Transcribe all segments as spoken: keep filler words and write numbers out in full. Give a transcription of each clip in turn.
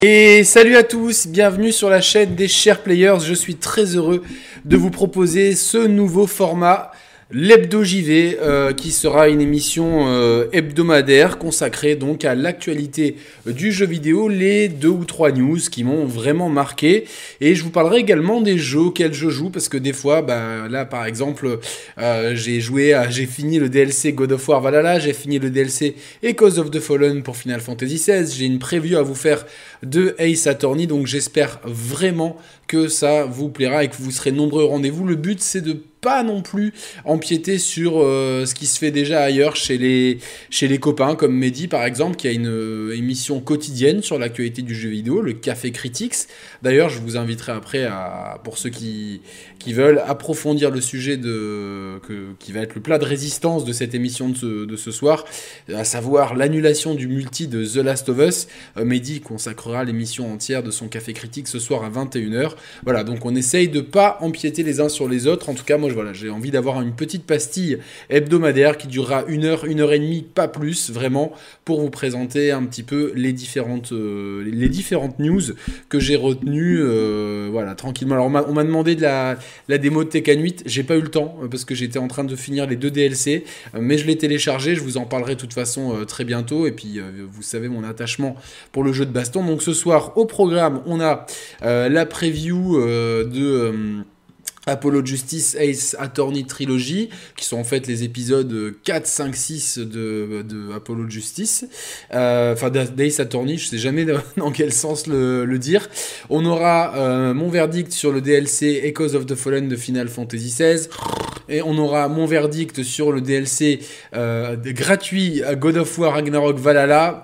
Et salut à tous, bienvenue sur la chaîne des chers players. Je suis très heureux de vous proposer ce nouveau format, l'Hebdo J V, euh, qui sera une émission euh, hebdomadaire consacrée donc à l'actualité du jeu vidéo, les deux ou trois news qui m'ont vraiment marqué. Et je vous parlerai également des jeux auxquels je joue, parce que des fois, bah, là par exemple, euh, j'ai joué, à, j'ai fini le D L C God of War Valhalla, j'ai fini le D L C Echoes of the Fallen pour Final Fantasy seize, j'ai une preview à vous faire de Ace Attorney, donc j'espère vraiment que ça vous plaira et que vous serez nombreux au rendez-vous. Le but, c'est de pas non plus empiéter sur euh, ce qui se fait déjà ailleurs chez les, chez les copains, comme Mehdi par exemple, qui a une euh, émission quotidienne sur l'actualité du jeu vidéo, le Café Critics. D'ailleurs, je vous inviterai après, à, pour ceux qui, qui veulent approfondir le sujet de, que, qui va être le plat de résistance de cette émission de ce, de ce soir, à savoir l'annulation du multi de The Last of Us. Euh, Mehdi consacrera l'émission entière de son Café Critique ce soir à vingt et une heures. Voilà, donc on essaye de pas empiéter les uns sur les autres. En tout cas, moi, je, voilà, j'ai envie d'avoir une petite pastille hebdomadaire qui durera une heure, une heure et demie, pas plus, vraiment, pour vous présenter un petit peu les différentes, euh, les différentes news que j'ai retenues, euh, voilà, tranquillement. Alors, on m'a, on m'a demandé de la, la démo de Tekken huit. J'ai pas eu le temps, euh, parce que j'étais en train de finir les deux D L C, euh, mais je l'ai téléchargé. Je vous en parlerai de toute façon euh, très bientôt. Et puis, euh, vous savez mon attachement pour le jeu de baston. Donc, ce soir, au programme, on a euh, la preview euh, de... Euh, Apollo Justice Ace Attorney Trilogy, qui sont en fait les épisodes quatre, cinq, six de, de Apollo Justice, euh, enfin d'Ace Attorney, je sais jamais dans quel sens le, le dire. On aura euh, mon verdict sur le D L C Echoes of the Fallen de Final Fantasy seize, et on aura mon verdict sur le D L C euh, gratuit God of War Ragnarok Valhalla.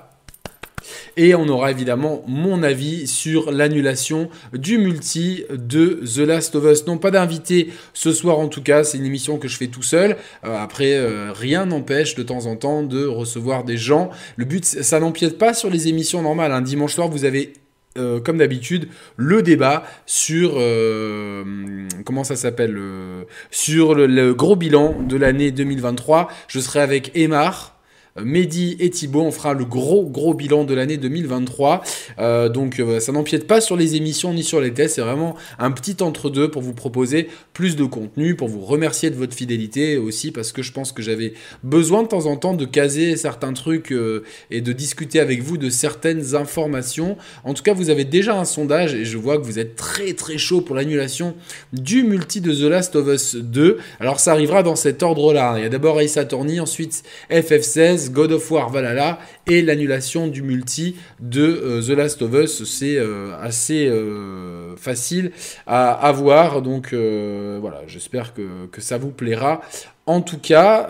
Et on aura évidemment mon avis sur l'annulation du multi de The Last of Us. Non, pas d'invité ce soir en tout cas, c'est une émission que je fais tout seul. Euh, après, euh, rien n'empêche de temps en temps de recevoir des gens. Le but, ça n'empiète pas sur les émissions normales. Un dimanche soir, vous avez... Euh, comme d'habitude, le débat sur euh, comment ça s'appelle euh, sur le, le gros bilan de l'année deux mille vingt-trois. Je serai avec Aymar, Mehdi et Thibaut, on fera le gros gros bilan de l'année deux mille vingt-trois. Euh, donc euh, ça n'empiète pas sur les émissions ni sur les tests, c'est vraiment un petit entre-deux pour vous proposer plus de contenu, pour vous remercier de votre fidélité aussi, parce que je pense que j'avais besoin de temps en temps de caser certains trucs euh, et de discuter avec vous de certaines informations. En tout cas, vous avez déjà un sondage et je vois que vous êtes très très chaud pour l'annulation du multi de The Last of Us deux. Alors ça arrivera dans cet ordre-là. Il y a d'abord Ace Attorney, ensuite F F seize, God of War Valhalla et l'annulation du multi de euh, The Last of Us. C'est euh, assez euh, facile à avoir, donc euh, voilà, j'espère que, que ça vous plaira. En tout cas,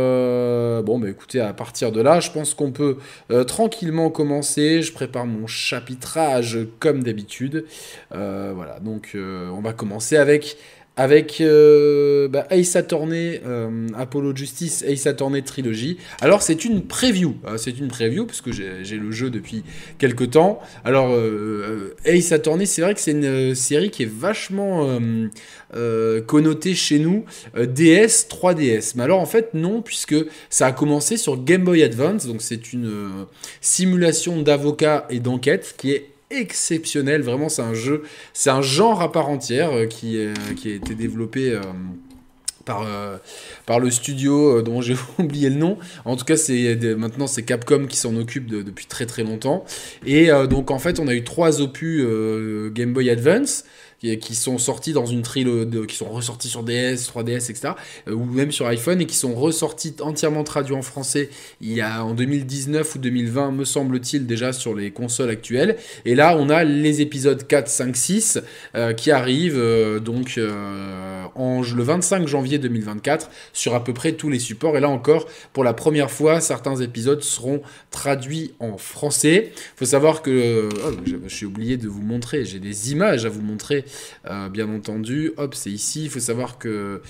euh, bon, bah écoutez, à partir de là, je pense qu'on peut euh, tranquillement commencer. Je prépare mon chapitrage comme d'habitude. Euh, voilà, donc euh, on va commencer avec... avec euh, bah, Ace Attorney, euh, Apollo Justice, Ace Attorney Trilogy. Alors c'est une preview, euh, c'est une preview parce que j'ai, j'ai le jeu depuis quelques temps. Alors euh, Ace Attorney, c'est vrai que c'est une euh, série qui est vachement euh, euh, connotée chez nous, euh, D S, trois D S. Mais alors en fait non, puisque ça a commencé sur Game Boy Advance, donc c'est une euh, simulation d'avocat et d'enquête qui est exceptionnel, vraiment c'est un jeu, c'est un genre à part entière euh, qui, euh, qui a été développé euh, par, euh, par le studio euh, dont j'ai oublié le nom. En tout cas, c'est, maintenant c'est Capcom qui s'en occupe de, depuis très très longtemps. Et euh, donc en fait, on a eu trois opus euh, Game Boy Advance qui sont sortis dans une trilogie, qui sont ressortis sur D S, trois D S, et cetera, euh, ou même sur iPhone, et qui sont ressortis entièrement traduits en français il y a en deux mille dix-neuf ou deux mille vingt, me semble-t-il, déjà sur les consoles actuelles. Et là, on a les épisodes quatre, cinq, six euh, qui arrivent euh, donc euh, en, le vingt-cinq janvier deux mille vingt-quatre sur à peu près tous les supports. Et là encore, pour la première fois, certains épisodes seront traduits en français. Il faut savoir que... Oh, j'ai oublié de vous montrer, j'ai des images à vous montrer. Euh, bien entendu, hop, c'est ici. Il faut savoir que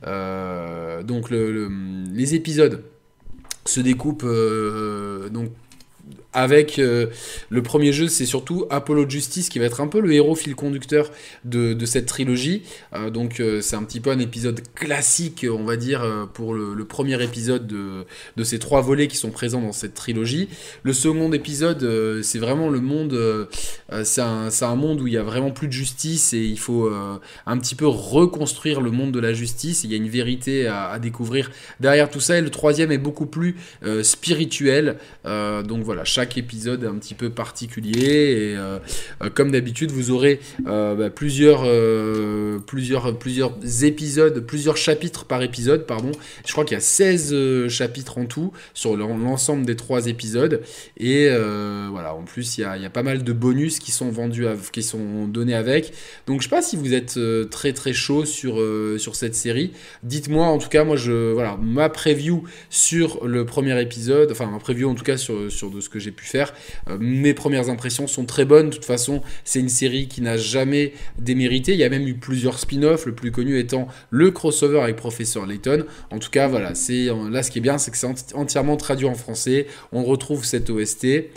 euh, donc le, le, les épisodes se découpent euh, donc Avec euh, le premier jeu, c'est surtout Apollo Justice qui va être un peu le héros fil conducteur de, de cette trilogie. Euh, donc euh, c'est un petit peu un épisode classique, on va dire, euh, pour le, le premier épisode de, de ces trois volets qui sont présents dans cette trilogie. Le second épisode, euh, c'est vraiment le monde, euh, c'est un, c'est un monde où il y a vraiment plus de justice et il faut euh, un petit peu reconstruire le monde de la justice. Il y a une vérité à, à découvrir derrière tout ça. Et le troisième est beaucoup plus euh, spirituel. Euh, donc voilà, chaque Chaque épisode est un petit peu particulier et euh, euh, comme d'habitude vous aurez euh, bah, plusieurs, euh, plusieurs, plusieurs épisodes, plusieurs chapitres par épisode, pardon. Je crois qu'il y a seize euh, chapitres en tout sur l'ensemble des trois épisodes et euh, voilà, en plus il y a, il y a pas mal de bonus qui sont vendus, à, qui sont donnés avec. Donc je sais pas si vous êtes euh, très très chaud sur, euh, sur cette série. Dites-moi, en tout cas moi je, voilà, ma preview sur le premier épisode, enfin ma preview en tout cas sur, sur de ce que j'ai pu faire. Euh, mes premières impressions sont très bonnes. De toute façon, c'est une série qui n'a jamais démérité. Il y a même eu plusieurs spin-offs, le plus connu étant le crossover avec Professeur Layton. En tout cas, voilà, c'est, là, ce qui est bien, c'est que c'est entièrement traduit en français. On retrouve cette O S T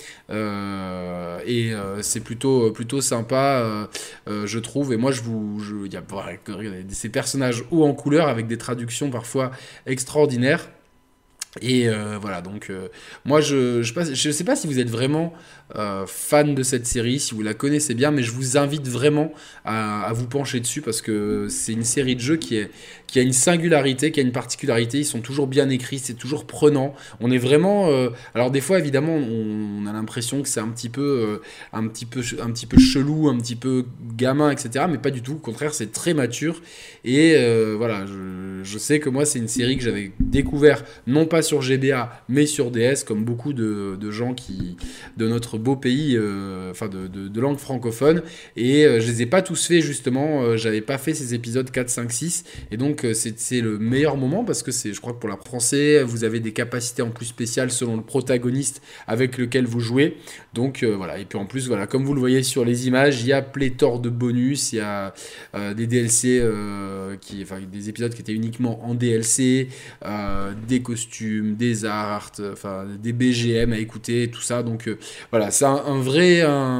euh, et euh, c'est plutôt, plutôt sympa, euh, euh, je trouve. Et moi, je vous, je, y a ces personnages hauts en couleur avec des traductions parfois extraordinaires. Et euh, voilà, donc euh, moi je je, pas, je sais pas si vous êtes vraiment euh, fan de cette série, si vous la connaissez bien, mais je vous invite vraiment à, à vous pencher dessus parce que c'est une série de jeux qui, est, qui a une singularité, qui a une particularité. Ils sont toujours bien écrits, c'est toujours prenant. On est vraiment, euh, alors des fois évidemment on, on a l'impression que c'est un petit peu, euh, un petit peu, un petit peu chelou, un petit peu gamin, et cetera. Mais pas du tout. Au contraire, c'est très mature. Et euh, voilà, je, je sais que moi c'est une série que j'avais découvert non pas sur G B A mais sur D S comme beaucoup de, de gens qui de notre beau pays euh, enfin de, de, de langue francophone et euh, je les ai pas tous fait justement euh, j'avais pas fait ces épisodes quatre, cinq, six et donc euh, c'est, c'est le meilleur moment parce que c'est je crois que pour la français vous avez des capacités en plus spéciales selon le protagoniste avec lequel vous jouez donc euh, voilà et puis en plus voilà comme vous le voyez sur les images il y a pléthore de bonus il y a euh, des D L C euh, qui enfin des épisodes qui étaient uniquement en D L C euh, des costumes des arts, enfin des B G M à écouter, tout ça. Donc euh, voilà, c'est un, un vrai, un,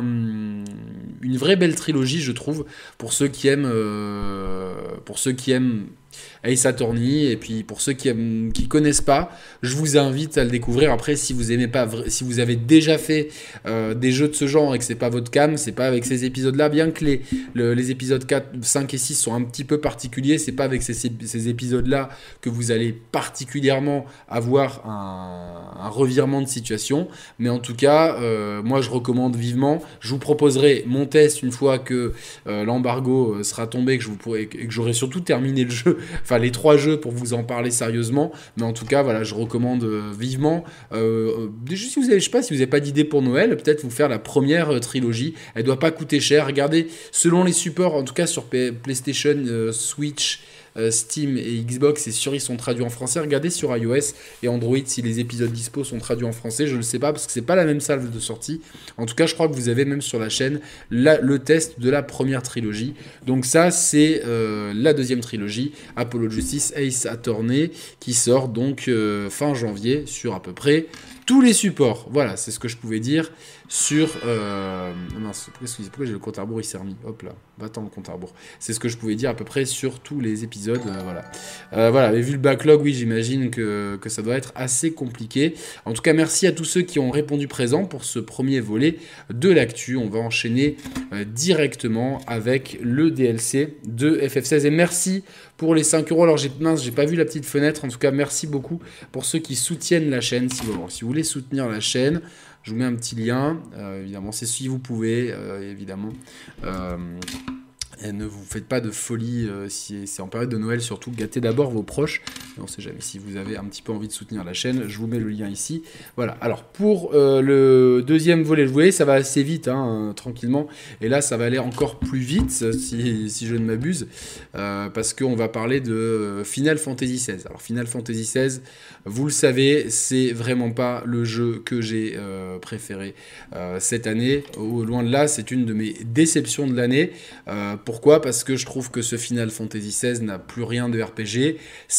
une vraie belle trilogie, je trouve, pour ceux qui aiment, euh, pour ceux qui aiment Ace Attorney et puis pour ceux qui aiment, qui connaissent pas, je vous invite à le découvrir. Après, si vous aimez pas, si vous avez déjà fait euh, des jeux de ce genre et que c'est pas votre cam, c'est pas avec ces épisodes-là. Bien que les, le, les épisodes quatre, cinq et six sont un petit peu particuliers, c'est pas avec ces, ces épisodes-là que vous allez particulièrement avoir un, un revirement de situation. Mais en tout cas, euh, moi je recommande vivement. Je vous proposerai mon test une fois que euh, l'embargo sera tombé, que je vous pourrai, et que j'aurai surtout terminé le jeu. Enfin, les trois jeux pour vous en parler sérieusement, mais en tout cas, voilà, je recommande euh, vivement. Euh, juste si vous avez, je sais pas si vous n'avez pas d'idée pour Noël, peut-être vous faire la première euh, trilogie. Elle doit pas coûter cher. Regardez, selon les supports, en tout cas sur P- PlayStation, euh, Switch. Euh, Steam et Xbox, c'est sûr, ils sont traduits en français. Regardez sur iOS et Android si les épisodes dispo sont traduits en français. Je ne le sais pas parce que c'est pas la même salle de sortie. En tout cas, je crois que vous avez même sur la chaîne la, le test de la première trilogie. Donc ça, c'est euh, la deuxième trilogie, Apollo Justice, Ace Attorney, qui sort donc euh, fin janvier sur à peu près tous les supports. Voilà, c'est ce que je pouvais dire sur... Euh... Mince, pourquoi, pourquoi j'ai le compte à rebours, il s'est remis. Hop là, va-t'en le compte à rebours. C'est ce que je pouvais dire à peu près sur tous les épisodes. Euh, voilà. Euh, voilà, mais vu le backlog, oui, j'imagine que, que ça doit être assez compliqué. En tout cas, merci à tous ceux qui ont répondu présent pour ce premier volet de l'actu. On va enchaîner euh, directement avec le D L C de F F seize. Et merci pour les cinq euros. Alors, j'ai, mince, j'ai pas vu la petite fenêtre. En tout cas, merci beaucoup pour ceux qui soutiennent la chaîne. Si vous, si vous voulez soutenir la chaîne, je vous mets un petit lien, euh, évidemment, c'est si vous pouvez, euh, évidemment. Euh, et ne vous faites pas de folie euh, si c'est en période de Noël, surtout gâtez d'abord vos proches. Et on ne sait jamais si vous avez un petit peu envie de soutenir la chaîne, je vous mets le lien ici. Voilà, alors pour euh, le deuxième volet, vous voyez, ça va assez vite, hein, euh, tranquillement. Et là, ça va aller encore plus vite, si, si je ne m'abuse, euh, parce qu'on va parler de Final Fantasy seize. Alors Final Fantasy seize, vous le savez, c'est vraiment pas le jeu que j'ai euh, préféré euh, cette année. Au, loin de là, c'est une de mes déceptions de l'année. Euh, Pourquoi ? Parce que je trouve que ce Final Fantasy seize n'a plus rien de R P G. C'est un jeu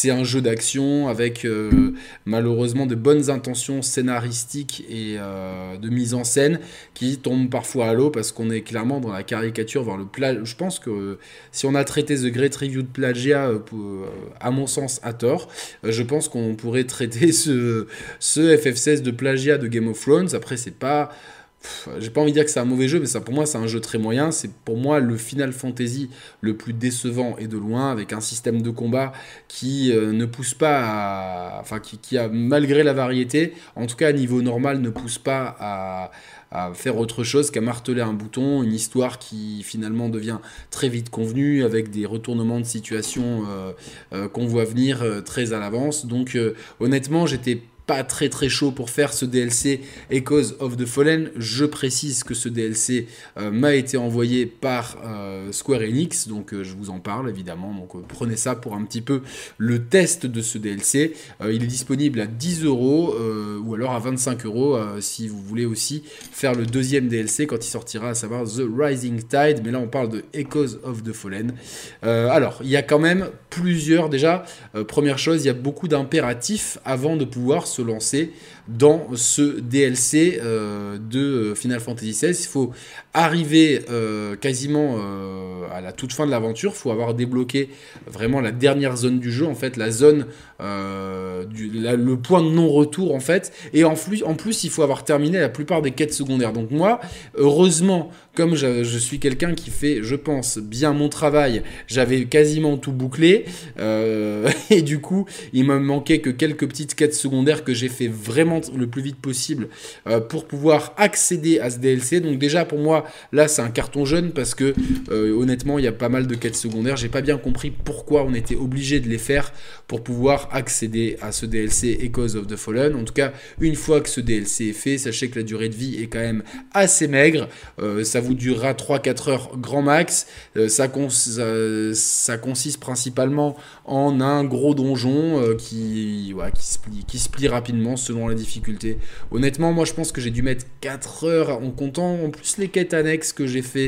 d'action, avec euh, malheureusement de bonnes intentions scénaristiques et euh, de mise en scène qui tombent parfois à l'eau parce qu'on est clairement dans la caricature, voire le pla... Je pense que euh, si on a traité The Great Review de plagiat, euh, pour, euh, à mon sens à tort, euh, je pense qu'on pourrait traiter ce, ce F F seize de plagiat de Game of Thrones. Après, c'est pas... J'ai pas envie de dire que c'est un mauvais jeu, mais ça, pour moi, c'est un jeu très moyen. C'est pour moi le Final Fantasy le plus décevant et de loin, avec un système de combat qui euh, ne pousse pas à. Enfin, qui, qui a, malgré la variété, en tout cas à niveau normal, ne pousse pas à, à faire autre chose qu'à marteler un bouton. Une histoire qui finalement devient très vite convenue, avec des retournements de situation euh, euh, qu'on voit venir euh, très à l'avance. Donc, euh, honnêtement, j'étais pas très très chaud pour faire ce D L C Echoes of the Fallen. Je précise que ce D L C euh, m'a été envoyé par euh, Square Enix, donc euh, je vous en parle évidemment, donc euh, prenez ça pour un petit peu le test de ce D L C. Euh, il est disponible à dix euros euh, ou alors à vingt-cinq euros euh, si vous voulez aussi faire le deuxième D L C quand il sortira, à savoir The Rising Tide, mais là on parle de Echoes of the Fallen. Euh, alors, il y a quand même plusieurs, déjà, euh, première chose, il y a beaucoup d'impératifs avant de pouvoir se lancer dans ce D L C euh, de Final Fantasy seize. Il faut arriver euh, quasiment euh, à la toute fin de l'aventure. Il faut avoir débloqué vraiment la dernière zone du jeu, en fait, la zone, euh, du, la, le point de non-retour, en fait. Et en plus, en plus, il faut avoir terminé la plupart des quêtes secondaires. Donc moi, heureusement, comme je, je suis quelqu'un qui fait, je pense, bien mon travail, j'avais quasiment tout bouclé. Euh, et du coup, il me manquait que quelques petites quêtes secondaires que j'ai fait vraiment le plus vite possible euh, pour pouvoir accéder à ce D L C. Donc déjà, pour moi, là, c'est un carton jaune parce que, euh, honnêtement, il y a pas mal de quêtes secondaires. J'ai pas bien compris pourquoi on était obligé de les faire pour pouvoir accéder à ce D L C Echoes of the Fallen. En tout cas, une fois que ce D L C est fait, sachez que la durée de vie est quand même assez maigre. Euh, ça vous durera trois à quatre heures grand max. Euh, ça, cons ça, ça consiste principalement en un gros donjon euh, qui, ouais, qui, se plie, qui se plie rapidement selon la difficulté. Honnêtement, moi je pense que j'ai dû mettre quatre heures en comptant en plus les quêtes annexes que j'ai fait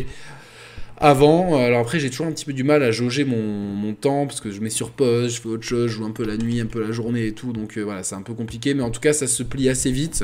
avant. Alors après, j'ai toujours un petit peu du mal à jauger mon, mon temps parce que je mets sur pause, je fais autre chose, je joue un peu la nuit, un peu la journée et tout. Donc euh, voilà, c'est un peu compliqué, mais en tout cas, ça se plie assez vite.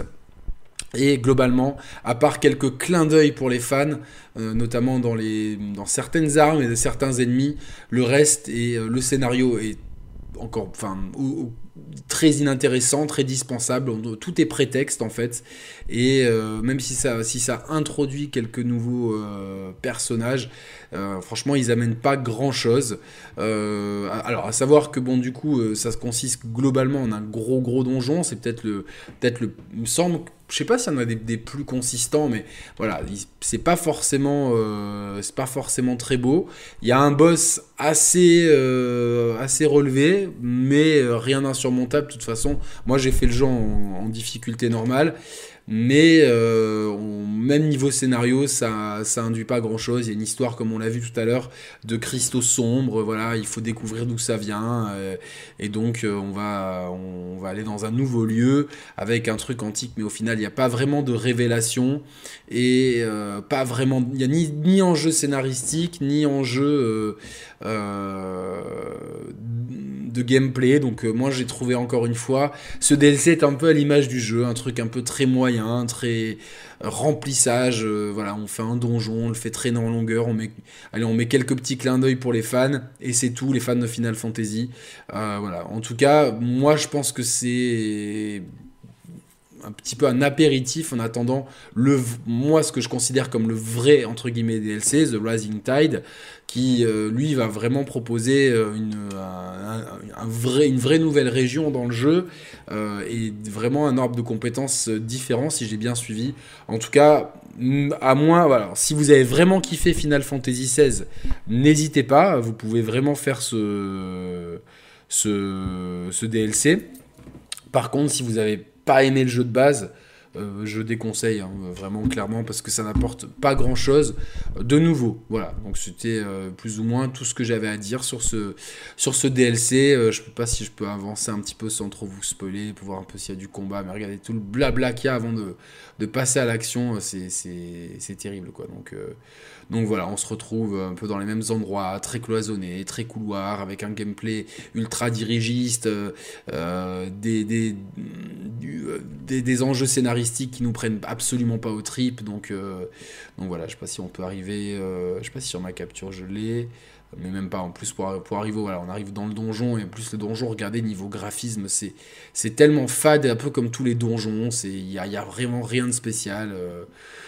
Et globalement, à part quelques clins d'œil pour les fans, euh, notamment dans, les, dans certaines armes et de certains ennemis, le reste et euh, le scénario est encore, enfin, ou, ou, très inintéressant, très dispensable. Tout est prétexte en fait. Et euh, même si ça, si ça introduit quelques nouveaux euh, personnages, euh, franchement, ils amènent pas grand chose. Euh, alors, à savoir que bon, du coup, euh, ça consiste globalement en un gros gros donjon. C'est peut-être le, peut-être le, il me semble. Je sais pas s'il y en a des, des plus consistants, mais voilà, c'est pas forcément, euh, c'est pas forcément très beau. Il y a un boss assez, euh, assez relevé, mais rien d'insurmontable de toute façon. Moi, j'ai fait le jeu en, en difficulté normale. Mais euh, on, même niveau scénario, ça, ça induit pas grand chose. Il y a une histoire, comme on l'a vu tout à l'heure, de cristaux sombres. Voilà, il faut découvrir d'où ça vient. Euh, et donc, euh, on, va, on va aller dans un nouveau lieu avec un truc antique. Mais au final, il n'y a pas vraiment de révélation. Et euh, pas vraiment. Il n'y a ni, ni enjeu scénaristique, ni enjeu euh, euh, de gameplay. Donc, euh, moi, j'ai trouvé encore une fois. Ce D L C est un peu à l'image du jeu. Un truc un peu très moyen. Très remplissage, euh, voilà, on fait un donjon, on le fait traîner en longueur, on met, allez, on met quelques petits clins d'œil pour les fans, et c'est tout, les fans de Final Fantasy. Euh, voilà. En tout cas, moi je pense que c'est un petit peu un apéritif en attendant le, moi ce que je considère comme le vrai entre guillemets D L C, The Rising Tide, qui euh, lui va vraiment proposer une, un, un vrai, une vraie nouvelle région dans le jeu euh, et vraiment un arbre de compétences différent si j'ai bien suivi. En tout cas, à moins, voilà, si vous avez vraiment kiffé Final Fantasy seize, n'hésitez pas, vous pouvez vraiment faire ce, ce, ce D L C. Par contre, si vous avez pas aimé le jeu de base, euh, je déconseille hein, vraiment clairement parce que ça n'apporte pas grand chose de nouveau. Voilà, donc c'était euh, plus ou moins tout ce que j'avais à dire sur ce, sur ce D L C. Euh, je ne sais pas si je peux avancer un petit peu sans trop vous spoiler pour voir un peu s'il y a du combat, mais regardez tout le blabla qu'il y a avant de, de passer à l'action, c'est, c'est, c'est terrible quoi. Donc, euh, donc voilà, on se retrouve un peu dans les mêmes endroits, très cloisonnés, très couloirs, avec un gameplay ultra dirigiste, euh, des, des, du, des, des enjeux scénaristiques qui nous prennent absolument pas aux tripes. Donc, euh, donc voilà, je sais pas si on peut arriver, euh, je sais pas si sur ma capture je l'ai, mais même pas. En plus, pour, pour arriver, voilà, on arrive dans le donjon, et en plus le donjon, regardez, niveau graphisme, c'est, c'est tellement fade, un peu comme tous les donjons, il n'y a, y a vraiment rien de spécial. Euh,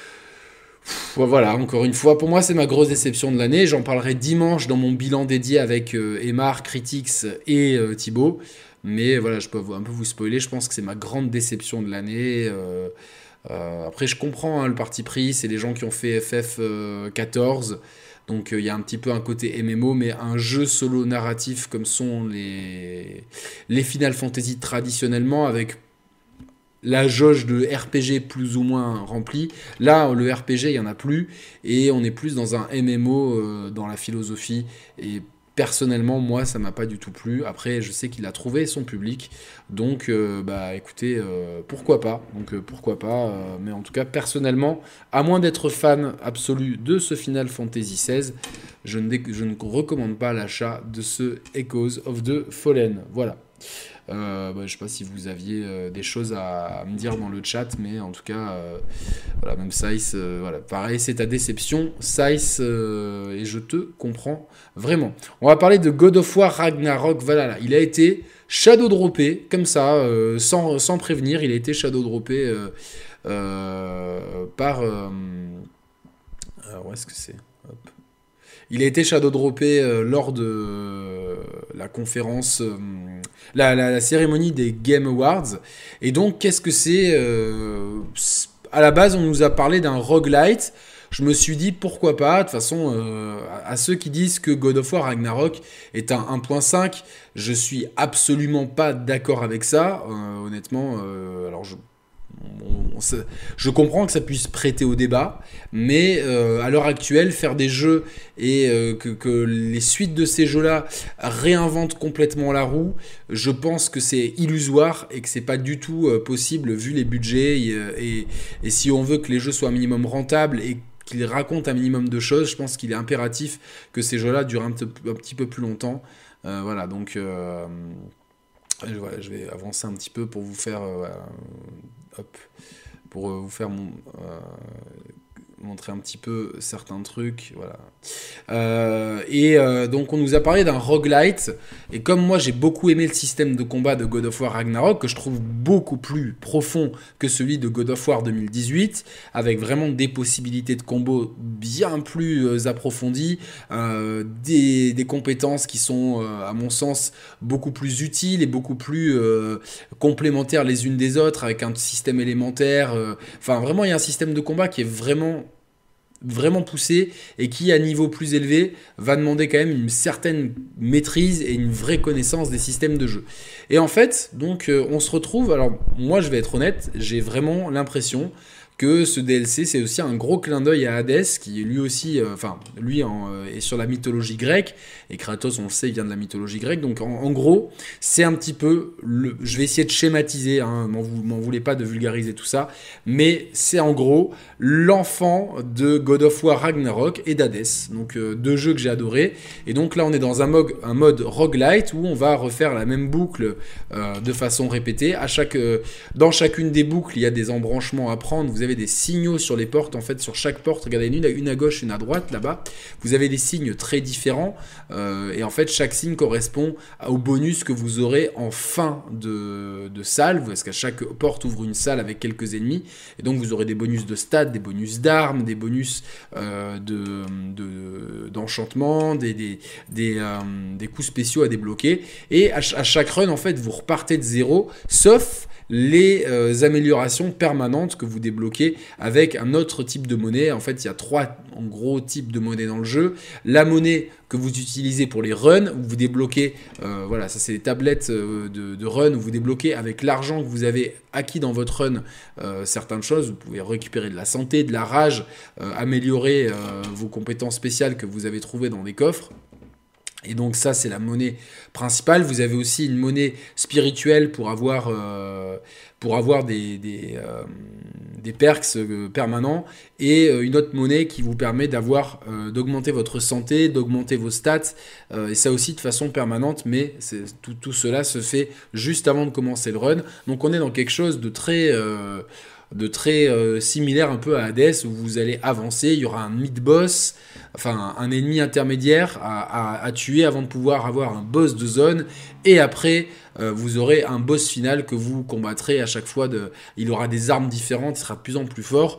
Voilà, encore une fois, pour moi, c'est ma grosse déception de l'année. J'en parlerai dimanche dans mon bilan dédié avec euh, Aymar, Critics et euh, Thibaut. Mais voilà, je peux un peu vous spoiler. Je pense que c'est ma grande déception de l'année. Euh, euh, après, je comprends hein, le parti pris. C'est les gens qui ont fait F F euh, quatorze. Donc, il euh, y a un petit peu un côté M M O, mais un jeu solo narratif comme sont les, les Final Fantasy traditionnellement, avec la jauge de R P G plus ou moins remplie. Là, le R P G, il n'y en a plus. Et on est plus dans un M M O euh, dans la philosophie. Et personnellement, moi, ça m'a pas du tout plu. Après, je sais qu'il a trouvé son public. Donc, euh, bah, écoutez, euh, pourquoi pas. Donc, euh, pourquoi pas. Euh, mais en tout cas, personnellement, à moins d'être fan absolu de ce Final Fantasy seize, je ne, dé- je ne recommande pas l'achat de ce Echoes of the Fallen. Voilà. Euh, bah, je sais pas si vous aviez euh, des choses à, à me dire dans le chat, mais en tout cas, euh, voilà, même Saïs, euh, voilà, pareil, c'est ta déception, Saïs, euh, et je te comprends vraiment. On va parler de God of War Ragnarok. Voilà, là, il a été shadow droppé comme ça, euh, sans, sans prévenir, il a été shadow droppé euh, euh, par. Euh, alors, où est-ce que c'est? Hop. Il a été shadow droppé euh, lors de euh, la conférence, euh, la, la, la cérémonie des Game Awards. Et donc, qu'est-ce que c'est euh, À la base, on nous a parlé d'un roguelite. Je me suis dit, pourquoi pas. De toute façon, euh, à, à ceux qui disent que God of War Ragnarok est un un point cinq, je suis absolument pas d'accord avec ça. Euh, honnêtement, euh, alors je... On, on, je comprends que ça puisse prêter au débat, mais euh, à l'heure actuelle, faire des jeux et euh, que, que les suites de ces jeux-là réinventent complètement la roue, je pense que c'est illusoire et que c'est pas du tout euh, possible vu les budgets et, et, et si on veut que les jeux soient un minimum rentables et qu'ils racontent un minimum de choses, je pense qu'il est impératif que ces jeux-là durent un, t- un petit peu plus longtemps. Euh, voilà, donc euh, voilà, je vais avancer un petit peu pour vous faire... Euh, voilà, hop, pour euh, vous faire mon, euh, montrer un petit peu certains trucs, voilà. Euh, et euh, donc on nous a parlé d'un roguelite, et comme moi j'ai beaucoup aimé le système de combat de God of War Ragnarok, que je trouve beaucoup plus profond que celui de God of War deux mille dix-huit, avec vraiment des possibilités de combo bien plus euh, approfondies, euh, des, des compétences qui sont euh, à mon sens beaucoup plus utiles et beaucoup plus euh, complémentaires les unes des autres, avec un système élémentaire, euh, enfin vraiment il y a un système de combat qui est vraiment vraiment poussé et qui à niveau plus élevé va demander quand même une certaine maîtrise et une vraie connaissance des systèmes de jeu. Et en fait, donc euh, on se retrouve, alors moi je vais être honnête, j'ai vraiment l'impression que ce D L C c'est aussi un gros clin d'œil à Hades qui lui aussi, euh, enfin lui en, euh, est sur la mythologie grecque et Kratos on le sait vient de la mythologie grecque, donc en, en gros c'est un petit peu, le, je vais essayer de schématiser, hein, m'en, m'en voulez pas de vulgariser tout ça, mais c'est en gros l'enfant de God of War Ragnarok et d'Hades, donc euh, deux jeux que j'ai adorés, et donc là on est dans un mode, un mode roguelite où on va refaire la même boucle euh, de façon répétée, à chaque, euh, dans chacune des boucles il y a des embranchements à prendre, vous avez des signaux sur les portes, en fait sur chaque porte, regardez une, une à gauche, une à droite là-bas, vous avez des signes très différents euh, et en fait chaque signe correspond au bonus que vous aurez en fin de, de salle, parce qu'à chaque porte ouvre une salle avec quelques ennemis et donc vous aurez des bonus de stats, des bonus d'armes, des bonus euh, de, de, d'enchantement, des, des, des, euh, des coups spéciaux à débloquer et à, ch- à chaque run en fait vous repartez de zéro, sauf les euh, améliorations permanentes que vous débloquez avec un autre type de monnaie. En fait, il y a trois en gros types de monnaie dans le jeu. La monnaie que vous utilisez pour les runs, où vous débloquez, euh, voilà, ça c'est les tablettes euh, de, de run, où vous débloquez avec l'argent que vous avez acquis dans votre run euh, certaines choses. Vous pouvez récupérer de la santé, de la rage, euh, améliorer euh, vos compétences spéciales que vous avez trouvées dans des coffres. Et donc ça, c'est la monnaie principale. Vous avez aussi une monnaie spirituelle pour avoir, euh, pour avoir des, des, euh, des perks euh, permanents. Et euh, une autre monnaie qui vous permet d'avoir, euh, d'augmenter votre santé, d'augmenter vos stats. Euh, et ça aussi de façon permanente. Mais c'est, tout, tout cela se fait juste avant de commencer le run. Donc on est dans quelque chose de très... Euh, de très euh, similaire un peu à Hades, où vous allez avancer, il y aura un mid-boss, enfin un, un ennemi intermédiaire à, à, à tuer avant de pouvoir avoir un boss de zone, et après euh, vous aurez un boss final que vous combattrez à chaque fois, de, il aura des armes différentes, il sera de plus en plus fort.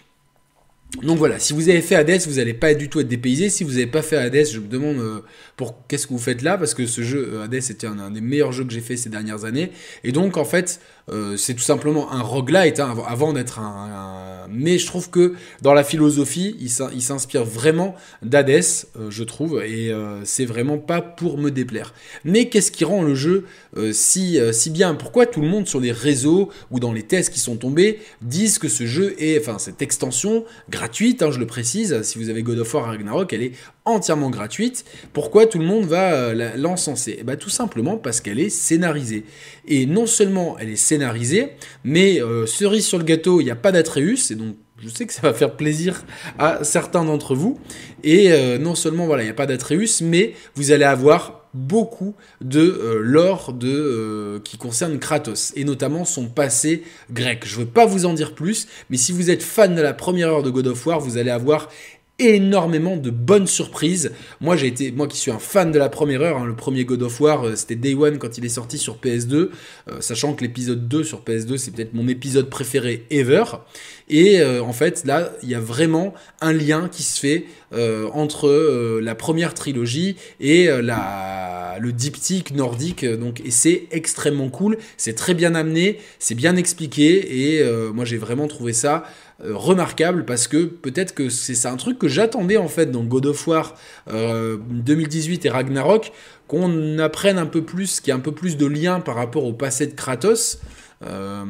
Donc voilà, si vous avez fait Hades, vous n'allez pas du tout être dépaysé. Si vous n'avez pas fait Hades, je me demande euh, pour qu'est-ce que vous faites là, parce que ce jeu, euh, Hades, c'était un, un des meilleurs jeux que j'ai fait ces dernières années. Et donc en fait, euh, c'est tout simplement un roguelite, hein, avant, avant d'être un, un... Mais je trouve que dans la philosophie, il, il s'inspire vraiment d'Hades, euh, je trouve, et euh, c'est vraiment pas pour me déplaire. Mais qu'est-ce qui rend le jeu euh, si, euh, si bien? Pourquoi tout le monde sur les réseaux ou dans les tests qui sont tombés disent que ce jeu est, enfin cette extension gratuite, hein, je le précise, si vous avez God of War Ragnarok, elle est entièrement gratuite. Pourquoi tout le monde va euh, l'encenser? Eh ben, tout simplement parce qu'elle est scénarisée. Et non seulement elle est scénarisée, mais euh, cerise sur le gâteau, il n'y a pas d'Atreus, et donc je sais que ça va faire plaisir à certains d'entre vous. Et euh, non seulement voilà, il n'y a pas d'Atreus, mais vous allez avoir beaucoup de euh, lore de, euh, qui concerne Kratos, et notamment son passé grec. Je ne veux pas vous en dire plus, mais si vous êtes fan de la première heure de God of War, vous allez avoir énormément de bonnes surprises. Moi, j'ai été, moi qui suis un fan de la première heure, hein, le premier God of War, euh, c'était Day One quand il est sorti sur P S deux, euh, sachant que l'épisode deux sur P S deux, c'est peut-être mon épisode préféré ever. Et euh, en fait, là, il y a vraiment un lien qui se fait euh, entre euh, la première trilogie et euh, la, le diptyque nordique. Donc, et c'est extrêmement cool, c'est très bien amené, c'est bien expliqué, et euh, moi, j'ai vraiment trouvé ça euh, remarquable, parce que peut-être que c'est, c'est un truc que j'attendais en fait dans God of War euh, deux mille dix-huit et Ragnarok, qu'on apprenne un peu plus, qu'il y ait un peu plus de lien par rapport au passé de Kratos. Euh,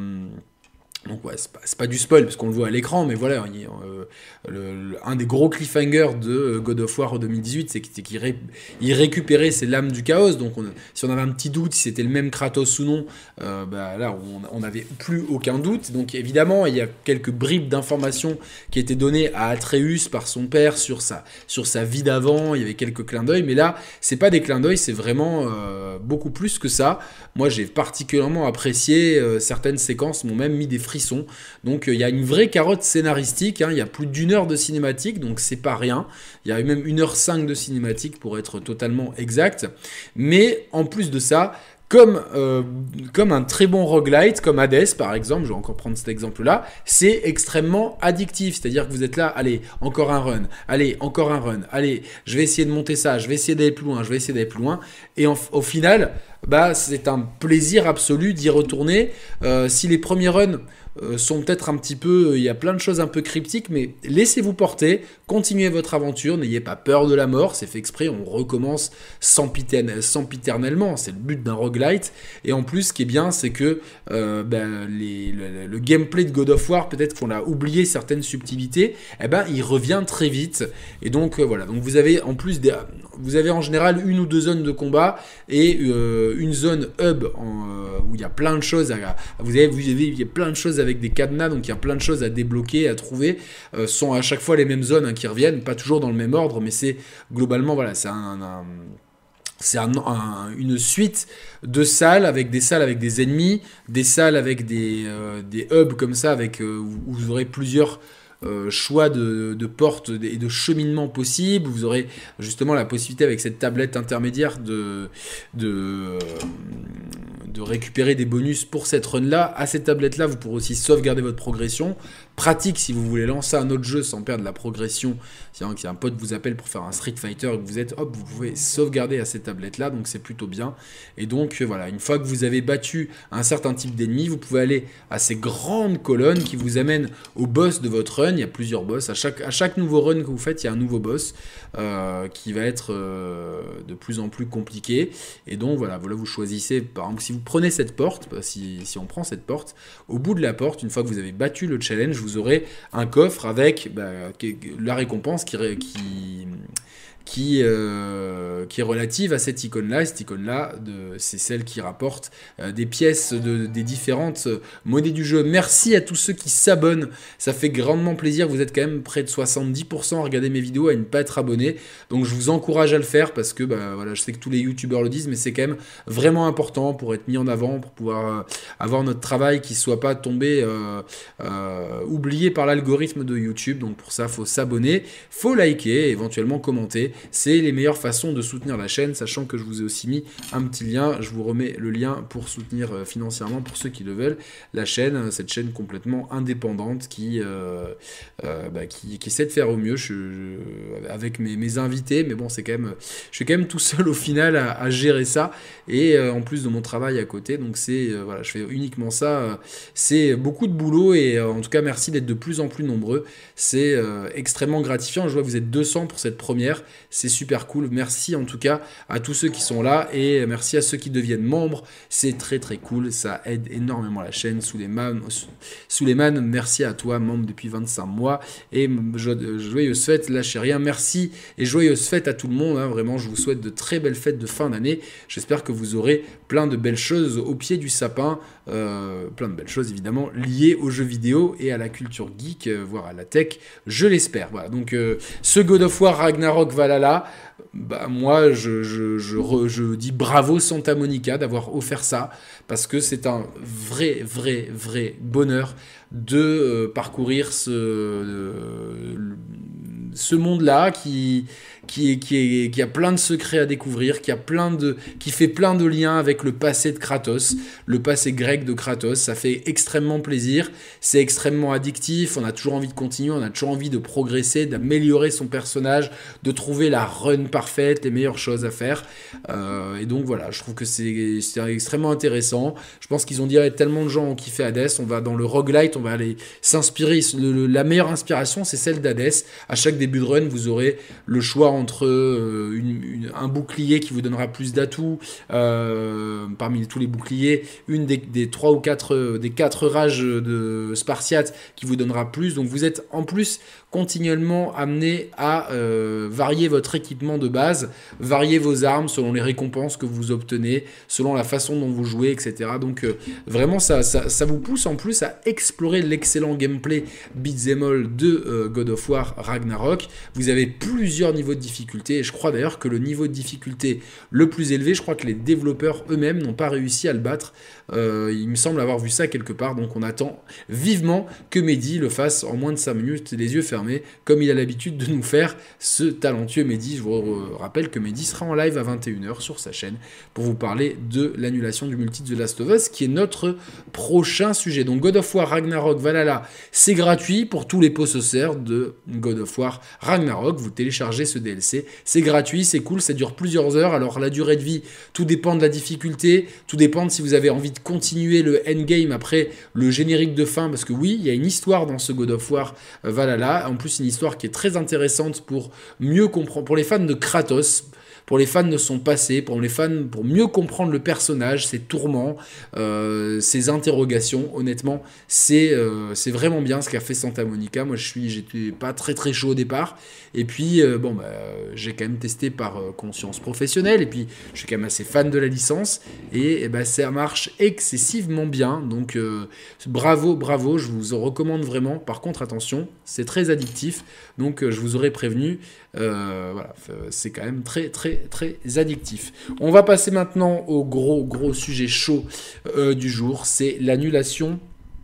Donc ouais, c'est pas, c'est pas du spoil parce qu'on le voit à l'écran, mais voilà, il, euh, le, le, un des gros cliffhangers de God of War deux mille dix-huit, c'est qu'il ré, il récupérait ses lames du chaos. Donc on, si on avait un petit doute si c'était le même Kratos ou non, euh, bah là on n'avait plus aucun doute. Donc évidemment, il y a quelques bribes d'informations qui étaient données à Atreus par son père sur sa, sur sa vie d'avant. Il y avait quelques clins d'œil, mais là c'est pas des clins d'œil, c'est vraiment euh, beaucoup plus que ça. Moi j'ai particulièrement apprécié euh, certaines séquences, m'ont même mis des frissons. Donc il euh, y a une vraie carotte scénaristique, hein. Il y a plus d'une heure de cinématique, donc c'est pas rien. Il y a même une heure cinq de cinématique pour être totalement exact. Mais en plus de ça, Comme, euh, comme un très bon roguelite, comme Hades par exemple, je vais encore prendre cet exemple-là, c'est extrêmement addictif. C'est-à-dire que vous êtes là, allez, encore un run, allez, encore un run, allez, je vais essayer de monter ça, je vais essayer d'aller plus loin, je vais essayer d'aller plus loin. Et en, au final, bah, c'est un plaisir absolu d'y retourner. Euh, si les premiers runs euh, sont peut-être un petit peu, il y a plein de choses un peu cryptiques, mais laissez-vous porter, continuez votre aventure, n'ayez pas peur de la mort, c'est fait exprès, on recommence sempitern- sempiternellement, c'est le but d'un roguelite. Et en plus, ce qui est bien, c'est que euh, ben, les, le, le gameplay de God of War, peut-être qu'on a oublié certaines subtilités, eh ben, il revient très vite. Et donc euh, voilà, donc vous avez en plus des, vous avez en général une ou deux zones de combat et euh, une zone hub en, euh, où il y a plein de choses à, à vous avez, vous avez il y a plein de choses avec des cadenas, donc il y a plein de choses à débloquer, à trouver. Euh, sont à chaque fois les mêmes zones, hein, qui reviennent, pas toujours dans le même ordre, mais c'est globalement voilà, c'est un, un c'est un, un, une suite de salles, avec des salles avec des ennemis, des salles avec des, euh, des hubs comme ça, avec, euh, où vous aurez plusieurs euh, choix de, de portes et de cheminements possibles. Vous aurez justement la possibilité avec cette tablette intermédiaire de, de, euh, de récupérer des bonus pour cette run-là. À cette tablette-là, vous pourrez aussi sauvegarder votre progression. pratique si vous voulez lancer un autre jeu sans perdre la progression. Si un pote vous appelle pour faire un Street Fighter et que vous êtes, hop, vous pouvez sauvegarder à cette tablette-là, donc c'est plutôt bien. Et donc voilà, une fois que vous avez battu un certain type d'ennemi, vous pouvez aller à ces grandes colonnes qui vous amènent au boss de votre run. Il y a plusieurs boss. À chaque, à chaque nouveau run que vous faites, il y a un nouveau boss euh, qui va être euh, de plus en plus compliqué. Et donc voilà, voilà, vous choisissez, par exemple, si vous prenez cette porte, si, si on prend cette porte, au bout de la porte, une fois que vous avez battu le challenge, vous aurez un coffre avec bah, la récompense qui, qui, qui, euh, qui est relative à cette icône-là. Cette icône-là, c'est celle qui rapporte euh, des pièces de, des différentes euh, monnaies du jeu. Merci à tous ceux qui s'abonnent. Ça fait grandement plaisir. Vous êtes quand même près de soixante-dix pour cent à regarder mes vidéos, à ne pas être abonné. Donc je vous encourage à le faire parce que bah, voilà, je sais que tous les youtubeurs le disent, mais c'est quand même vraiment important pour être mis en avant, pour pouvoir euh, avoir notre travail qui ne soit pas tombé euh, euh, oublié par l'algorithme de YouTube. Donc pour ça, il faut s'abonner, il faut liker, éventuellement commenter. C'est les meilleures façons de soutenir la chaîne, sachant que je vous ai aussi mis un petit lien. Je vous remets le lien pour soutenir euh, financièrement, pour ceux qui le veulent, la chaîne, cette chaîne complètement indépendante qui, euh, euh, bah, qui, qui essaie de faire au mieux je, je, avec mes, mes invités. Mais bon, c'est quand même, je suis quand même tout seul au final à, à gérer ça. Et euh, en plus de mon travail à côté, donc c'est euh, voilà, je fais uniquement ça. Euh, c'est beaucoup de boulot et euh, en tout cas, merci d'être de plus en plus nombreux. C'est euh, extrêmement gratifiant. Je vois que vous êtes deux cents pour cette première. C'est super cool. Merci en tout cas à tous ceux qui sont là et merci à ceux qui deviennent membres. C'est très très cool. Ça aide énormément la chaîne. Suleiman, Suleiman, merci à toi, membre depuis vingt-cinq mois. Et joyeuse fête, lâchez rien. Merci et joyeuse fête à tout le monde. Hein. Vraiment, je vous souhaite de très belles fêtes de fin d'année. J'espère que vous aurez plein de belles choses au pied du sapin. Euh, plein de belles choses évidemment liées aux jeux vidéo et à la culture geek, euh, voire à la tech, je l'espère. Voilà, donc euh, ce God of War Ragnarok Valhalla, bah, moi je, je, je, re, je dis bravo Santa Monica d'avoir offert ça, parce que c'est un vrai, vrai, vrai bonheur de euh, parcourir ce, euh, ce monde-là qui... Qui, qui, est, qui a plein de secrets à découvrir, qui, a plein de, qui fait plein de liens avec le passé de Kratos, le passé grec de Kratos. Ça fait extrêmement plaisir, c'est extrêmement addictif, on a toujours envie de continuer, on a toujours envie de progresser, d'améliorer son personnage, de trouver la run parfaite, les meilleures choses à faire. Euh, et donc voilà, je trouve que c'est extrêmement intéressant. Je pense qu'ils ont dit tellement de gens ont kiffé Hades, on va dans le roguelite, on va aller s'inspirer. La meilleure inspiration, c'est celle d'Hades. À chaque début de run, vous aurez le choix entre euh, une, une, un bouclier qui vous donnera plus d'atouts euh, parmi tous les boucliers, une des, des trois ou quatre des quatre rages de Spartiate qui vous donnera plus. Donc vous êtes en plus continuellement amené à euh, varier votre équipement de base, varier vos armes selon les récompenses que vous obtenez, selon la façon dont vous jouez, et cetera. Donc euh, vraiment ça, ça, ça vous pousse en plus à explorer l'excellent gameplay beat'em all de euh, God of War Ragnarok. Vous avez plusieurs niveaux de difficulté et je crois d'ailleurs que le niveau de difficulté le plus élevé, je crois que les développeurs eux-mêmes n'ont pas réussi à le battre. Euh, il me semble avoir vu ça quelque part, donc on attend vivement que Mehdi le fasse en moins de cinq minutes, les yeux fermés, comme il a l'habitude de nous faire, ce talentueux Mehdi. Je vous rappelle que Mehdi sera en live à vingt et une heures sur sa chaîne pour vous parler de l'annulation du multi de The Last of Us, qui est notre prochain sujet. Donc God of War Ragnarok Valhalla, c'est gratuit pour tous les possesseurs de God of War Ragnarok. Vous téléchargez ce D L C, c'est gratuit, c'est cool, ça dure plusieurs heures. Alors la durée de vie, tout dépend de la difficulté, tout dépend de si vous avez envie de continuer le endgame après le générique de fin, parce que oui, il y a une histoire dans ce God of War Valhalla, en plus une histoire qui est très intéressante pour mieux comprendre, pour les fans de Kratos, pour les fans de son passé, pour les fans, pour mieux comprendre le personnage, ses tourments, euh, ses interrogations. Honnêtement, c'est euh, c'est vraiment bien ce qu'a fait Santa Monica. Moi, je suis, j'étais pas très très chaud au départ, et puis euh, bon, bah, j'ai quand même testé par euh, conscience professionnelle, et puis je suis quand même assez fan de la licence, et, et bah, ça marche excessivement bien. Donc euh, bravo, bravo, je vous en recommande vraiment. Par contre, attention, c'est très addictif, donc euh, je vous aurais prévenu. Euh, voilà, c'est quand même très très très addictif. On va passer maintenant au gros gros sujet chaud euh, du jour, c'est l'annulation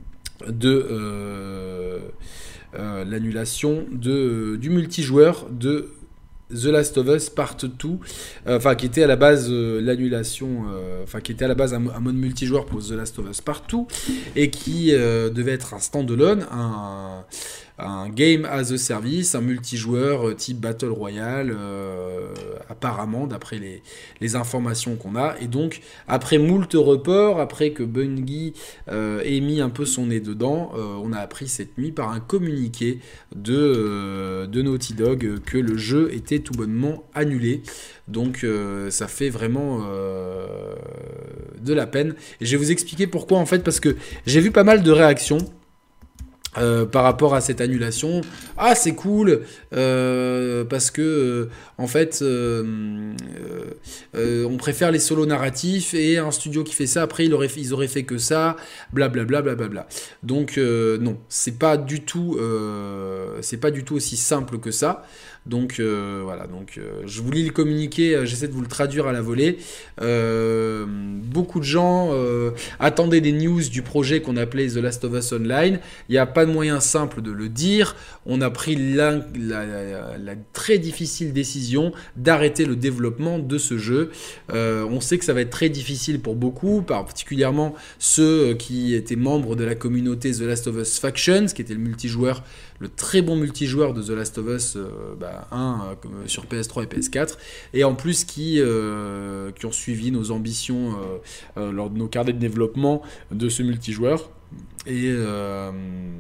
de euh, euh, l'annulation de du multijoueur de The Last of Us Part deux, euh, enfin qui était à la base euh, l'annulation, euh, enfin qui était à la base un, un mode multijoueur pour The Last of Us Part deux et qui euh, devait être un standalone, un, un game as a service, un multijoueur euh, type Battle Royale, euh, apparemment d'après les, les informations qu'on a. Et donc après moult reports, après que Bungie euh, ait mis un peu son nez dedans, euh, on a appris cette nuit par un communiqué de, euh, de Naughty Dog que le jeu était tout bonnement annulé. Donc euh, ça fait vraiment euh, de la peine. Et je vais vous expliquer pourquoi en fait, parce que j'ai vu pas mal de réactions Euh, par rapport à cette annulation. Ah, c'est cool euh, parce que euh, en fait euh, euh, on préfère les solos narratifs et un studio qui fait ça après il aurait, ils auraient fait que ça, blablabla bla, bla, bla. Donc euh, non, c'est pas du tout euh, c'est pas du tout aussi simple que ça. Donc euh, voilà, donc euh, je vous lis le communiqué, euh, j'essaie de vous le traduire à la volée. Euh, beaucoup de gens euh, attendaient des news du projet qu'on appelait The Last of Us Online. Il n'y a pas de moyen simple de le dire. On a pris la, la, la, la très difficile décision d'arrêter le développement de ce jeu. Euh, on sait que ça va être très difficile pour beaucoup, particulièrement ceux qui étaient membres de la communauté The Last of Us Factions, qui était le multijoueur, le très bon multijoueur de The Last of Us euh, bah, un euh, sur P S trois et P S quatre, et en plus qui, euh, qui ont suivi nos ambitions euh, euh, lors de nos carnets de développement de ce multijoueur. Et euh,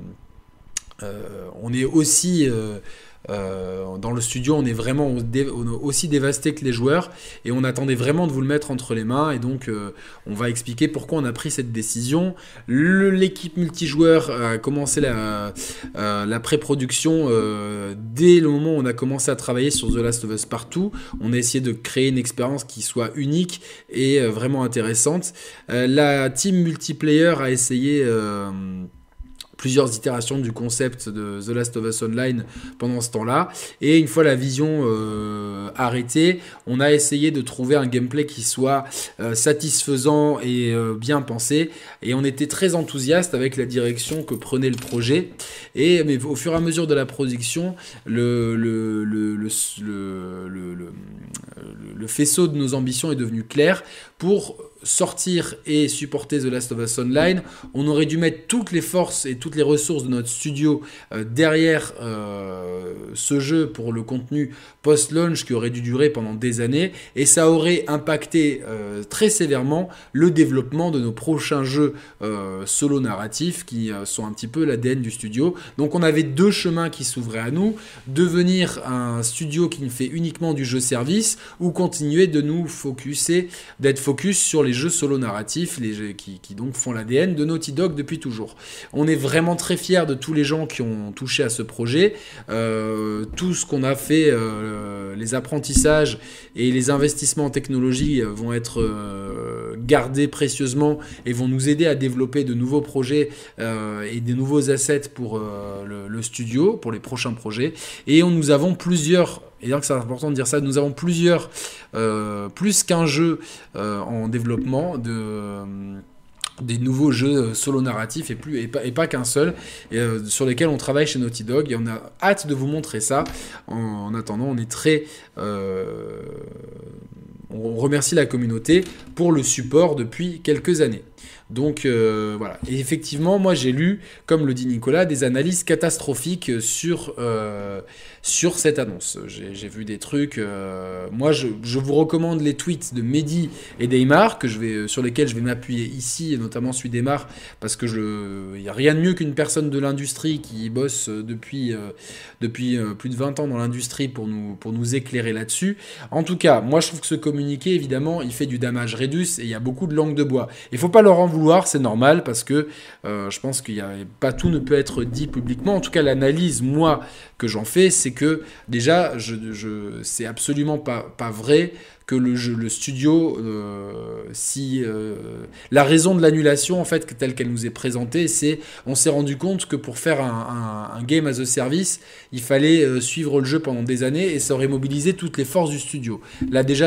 euh, on est aussi... Euh, Euh, dans le studio, on est vraiment aussi dévasté que les joueurs et on attendait vraiment de vous le mettre entre les mains. Et donc, euh, on va expliquer pourquoi on a pris cette décision. Le, l'équipe multijoueur a commencé la, euh, la pré-production euh, dès le moment où on a commencé à travailler sur The Last of Us Part deux. On a essayé de créer une expérience qui soit unique et euh, vraiment intéressante. Euh, la team multiplayer a essayé... Euh, plusieurs itérations du concept de The Last of Us Online pendant ce temps-là. Et une fois la vision euh, arrêtée, on a essayé de trouver un gameplay qui soit euh, satisfaisant et euh, bien pensé. Et on était très enthousiaste avec la direction que prenait le projet. Et mais au fur et à mesure de la production, le, le, le, le, le, le, le, le faisceau de nos ambitions est devenu clair. Pour sortir et supporter The Last of Us Online, on aurait dû mettre toutes les forces et toutes les ressources de notre studio euh, derrière euh, ce jeu pour le contenu post-launch qui aurait dû durer pendant des années, et ça aurait impacté euh, très sévèrement le développement de nos prochains jeux euh, solo narratifs qui euh, sont un petit peu l'A D N du studio. Donc on avait deux chemins qui s'ouvraient à nous: devenir un studio qui ne fait uniquement du jeu service, ou continuer de nous focuser, d'être focus sur les jeux solo narratifs, les jeux qui, qui donc font l'A D N de Naughty Dog depuis toujours. On est vraiment très fiers de tous les gens qui ont touché à ce projet, euh, tout ce qu'on a fait, euh, les apprentissages et les investissements en technologie vont être euh, gardés précieusement et vont nous aider à développer de nouveaux projets euh, et des nouveaux assets pour euh, le, le studio, pour les prochains projets. Et on, nous avons plusieurs... Et donc c'est important de dire ça, nous avons plusieurs, euh, plus qu'un jeu euh, en développement, de, euh, des nouveaux jeux solo narratifs et, plus, et pas, et pas qu'un seul, et, euh, sur lesquels on travaille chez Naughty Dog, et on a hâte de vous montrer ça. En, en attendant, on est très... Euh, on remercie la communauté pour le support depuis quelques années. Donc euh, voilà. Et effectivement, moi j'ai lu, comme le dit Nicolas, des analyses catastrophiques sur, euh, sur cette annonce. J'ai, j'ai vu des trucs. Euh, moi, je, je vous recommande les tweets de Mehdi et d'Aymar, que je vais, sur lesquels je vais m'appuyer ici, et notamment celui d'Aymar, parce que je, il n'y a rien de mieux qu'une personne de l'industrie qui bosse depuis, euh, depuis euh, plus de vingt ans dans l'industrie pour nous, pour nous éclairer là-dessus. En tout cas, moi je trouve que ce communiqué, évidemment, il fait du damage réduce et il y a beaucoup de langue de bois. Il ne faut pas leur en vouloir. C'est normal parce que euh, je pense qu'il y a pas tout ne peut être dit publiquement. En tout cas, l'analyse, moi, que j'en fais, c'est que déjà, je, je, c'est absolument pas, pas vrai que le, jeu, le studio, euh, si euh, la raison de l'annulation, en fait, telle qu'elle nous est présentée, c'est on s'est rendu compte que pour faire un, un, un game as a service, il fallait euh, suivre le jeu pendant des années et ça aurait mobilisé toutes les forces du studio. Là déjà, j'arrête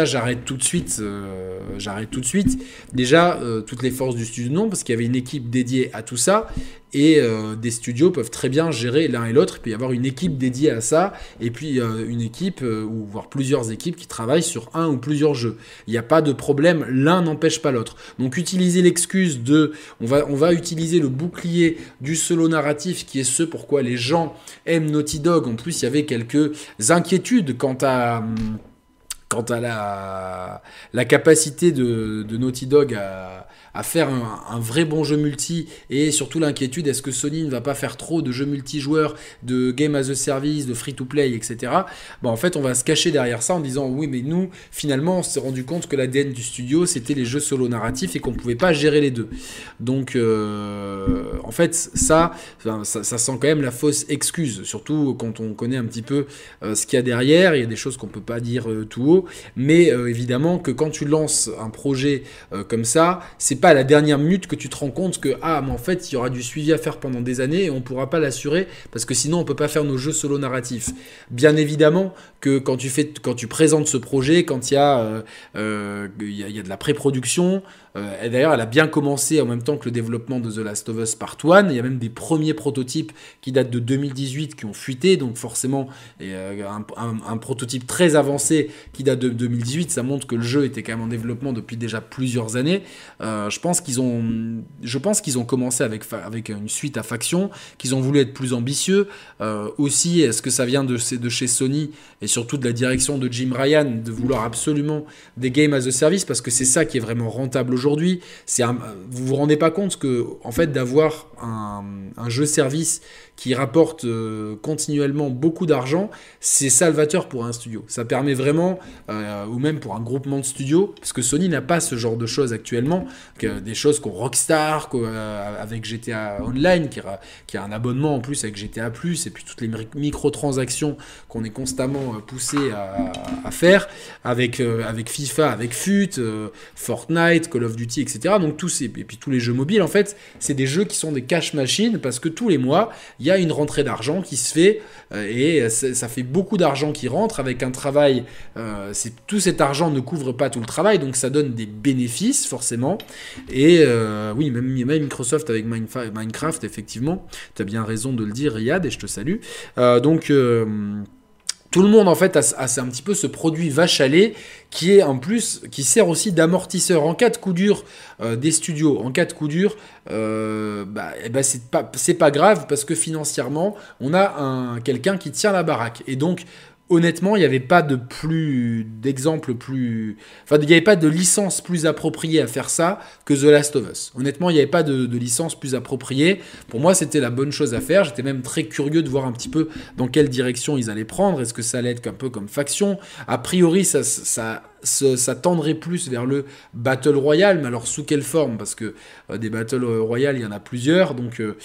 j'arrête tout de suite. Euh, j'arrête tout de suite. Déjà, euh, toutes les forces du studio, non, parce qu'il y avait une équipe dédiée à tout ça. Et euh, des studios peuvent très bien gérer l'un et l'autre. Il peut y avoir une équipe dédiée à ça, et puis euh, une équipe, euh, ou voire plusieurs équipes qui travaillent sur un ou plusieurs jeux. Il n'y a pas de problème, l'un n'empêche pas l'autre. Donc utiliser l'excuse de... On va, on va utiliser le bouclier du solo narratif, qui est ce pourquoi les gens aiment Naughty Dog. En plus, il y avait quelques inquiétudes quant à... Hum, quant à la, la capacité de, de Naughty Dog à, à faire un, un vrai bon jeu multi, et surtout l'inquiétude, est-ce que Sony ne va pas faire trop de jeux multijoueurs, de game as a service, de free-to-play, et cetera. Bon, en fait, on va se cacher derrière ça en disant oui, mais nous, finalement, on s'est rendu compte que l'A D N du studio, c'était les jeux solo narratifs et qu'on ne pouvait pas gérer les deux. Donc, euh, en fait, ça, ça, ça sent quand même la fausse excuse, surtout quand on connaît un petit peu euh, ce qu'il y a derrière. Il y a des choses qu'on ne peut pas dire euh, tout haut. Mais euh, évidemment que quand tu lances un projet euh, comme ça, c'est pas à la dernière minute que tu te rends compte que ah mais en fait il y aura du suivi à faire pendant des années et on pourra pas l'assurer parce que sinon on peut pas faire nos jeux solo narratifs. Bien évidemment que quand tu fais, quand tu présentes ce projet, quand il y a euh, euh, il y a, il y a de la pré-production. Euh, et d'ailleurs, elle a bien commencé en même temps que le développement de The Last of Us Part un. Il y a même des premiers prototypes qui datent de deux mille dix-huit qui ont fuité. Donc forcément, et, euh, un, un, un prototype très avancé qui date de deux mille dix-huit, ça montre que le jeu était quand même en développement depuis déjà plusieurs années. Euh, je pense qu'ils ont, je pense qu'ils ont commencé avec, avec une suite à Faction, qu'ils ont voulu être plus ambitieux. Euh, aussi, est-ce que ça vient de, de chez Sony et surtout de la direction de Jim Ryan de vouloir absolument des games as a service, parce que c'est ça qui est vraiment rentable aujourd'hui. Aujourd'hui, c'est un, vous vous rendez pas compte que en fait d'avoir un, un jeu service qui rapporte euh, continuellement beaucoup d'argent, c'est salvateur pour un studio. Ça permet vraiment, euh, ou même pour un groupement de studios, parce que Sony n'a pas ce genre de choses actuellement, que des choses qu'ont Rockstar, qu'au, euh, avec G T A Online, qui a, qui a un abonnement en plus avec G T A plus, et puis toutes les microtransactions qu'on est constamment euh, poussé à, à faire, avec, euh, avec FIFA, avec F U T, euh, Fortnite, Call of Duty, et cetera. Donc tous ces, et puis tous les jeux mobiles, en fait, c'est des jeux qui sont des cash machines, parce que tous les mois, il y a une rentrée d'argent qui se fait euh, et ça fait beaucoup d'argent qui rentre avec un travail. Euh, c'est, tout cet argent ne couvre pas tout le travail, donc ça donne des bénéfices forcément. Et euh, oui, même, même Microsoft avec Minecraft, effectivement, tu as bien raison de le dire, Riyad, et je te salue. Euh, donc... Euh, Tout le monde en fait a, a, a un petit peu ce produit vache à lait qui est en plus qui sert aussi d'amortisseur en cas de coup dur euh, des studios. En cas de coup dur, euh, bah, eh ben c'est pas c'est pas grave parce que financièrement on a un quelqu'un qui tient la baraque et donc honnêtement, il n'y avait pas de plus d'exemple plus... Enfin, il n'y avait pas de licence plus appropriée à faire ça que The Last of Us. Honnêtement, il n'y avait pas de, de licence plus appropriée. Pour moi, c'était la bonne chose à faire. J'étais même très curieux de voir un petit peu dans quelle direction ils allaient prendre. Est-ce que ça allait être un peu comme Faction ? A priori, ça... ça Ça, ça tendrait plus vers le Battle Royale, mais alors sous quelle forme ? Parce que euh, des Battle Royale, il y en a plusieurs, donc euh,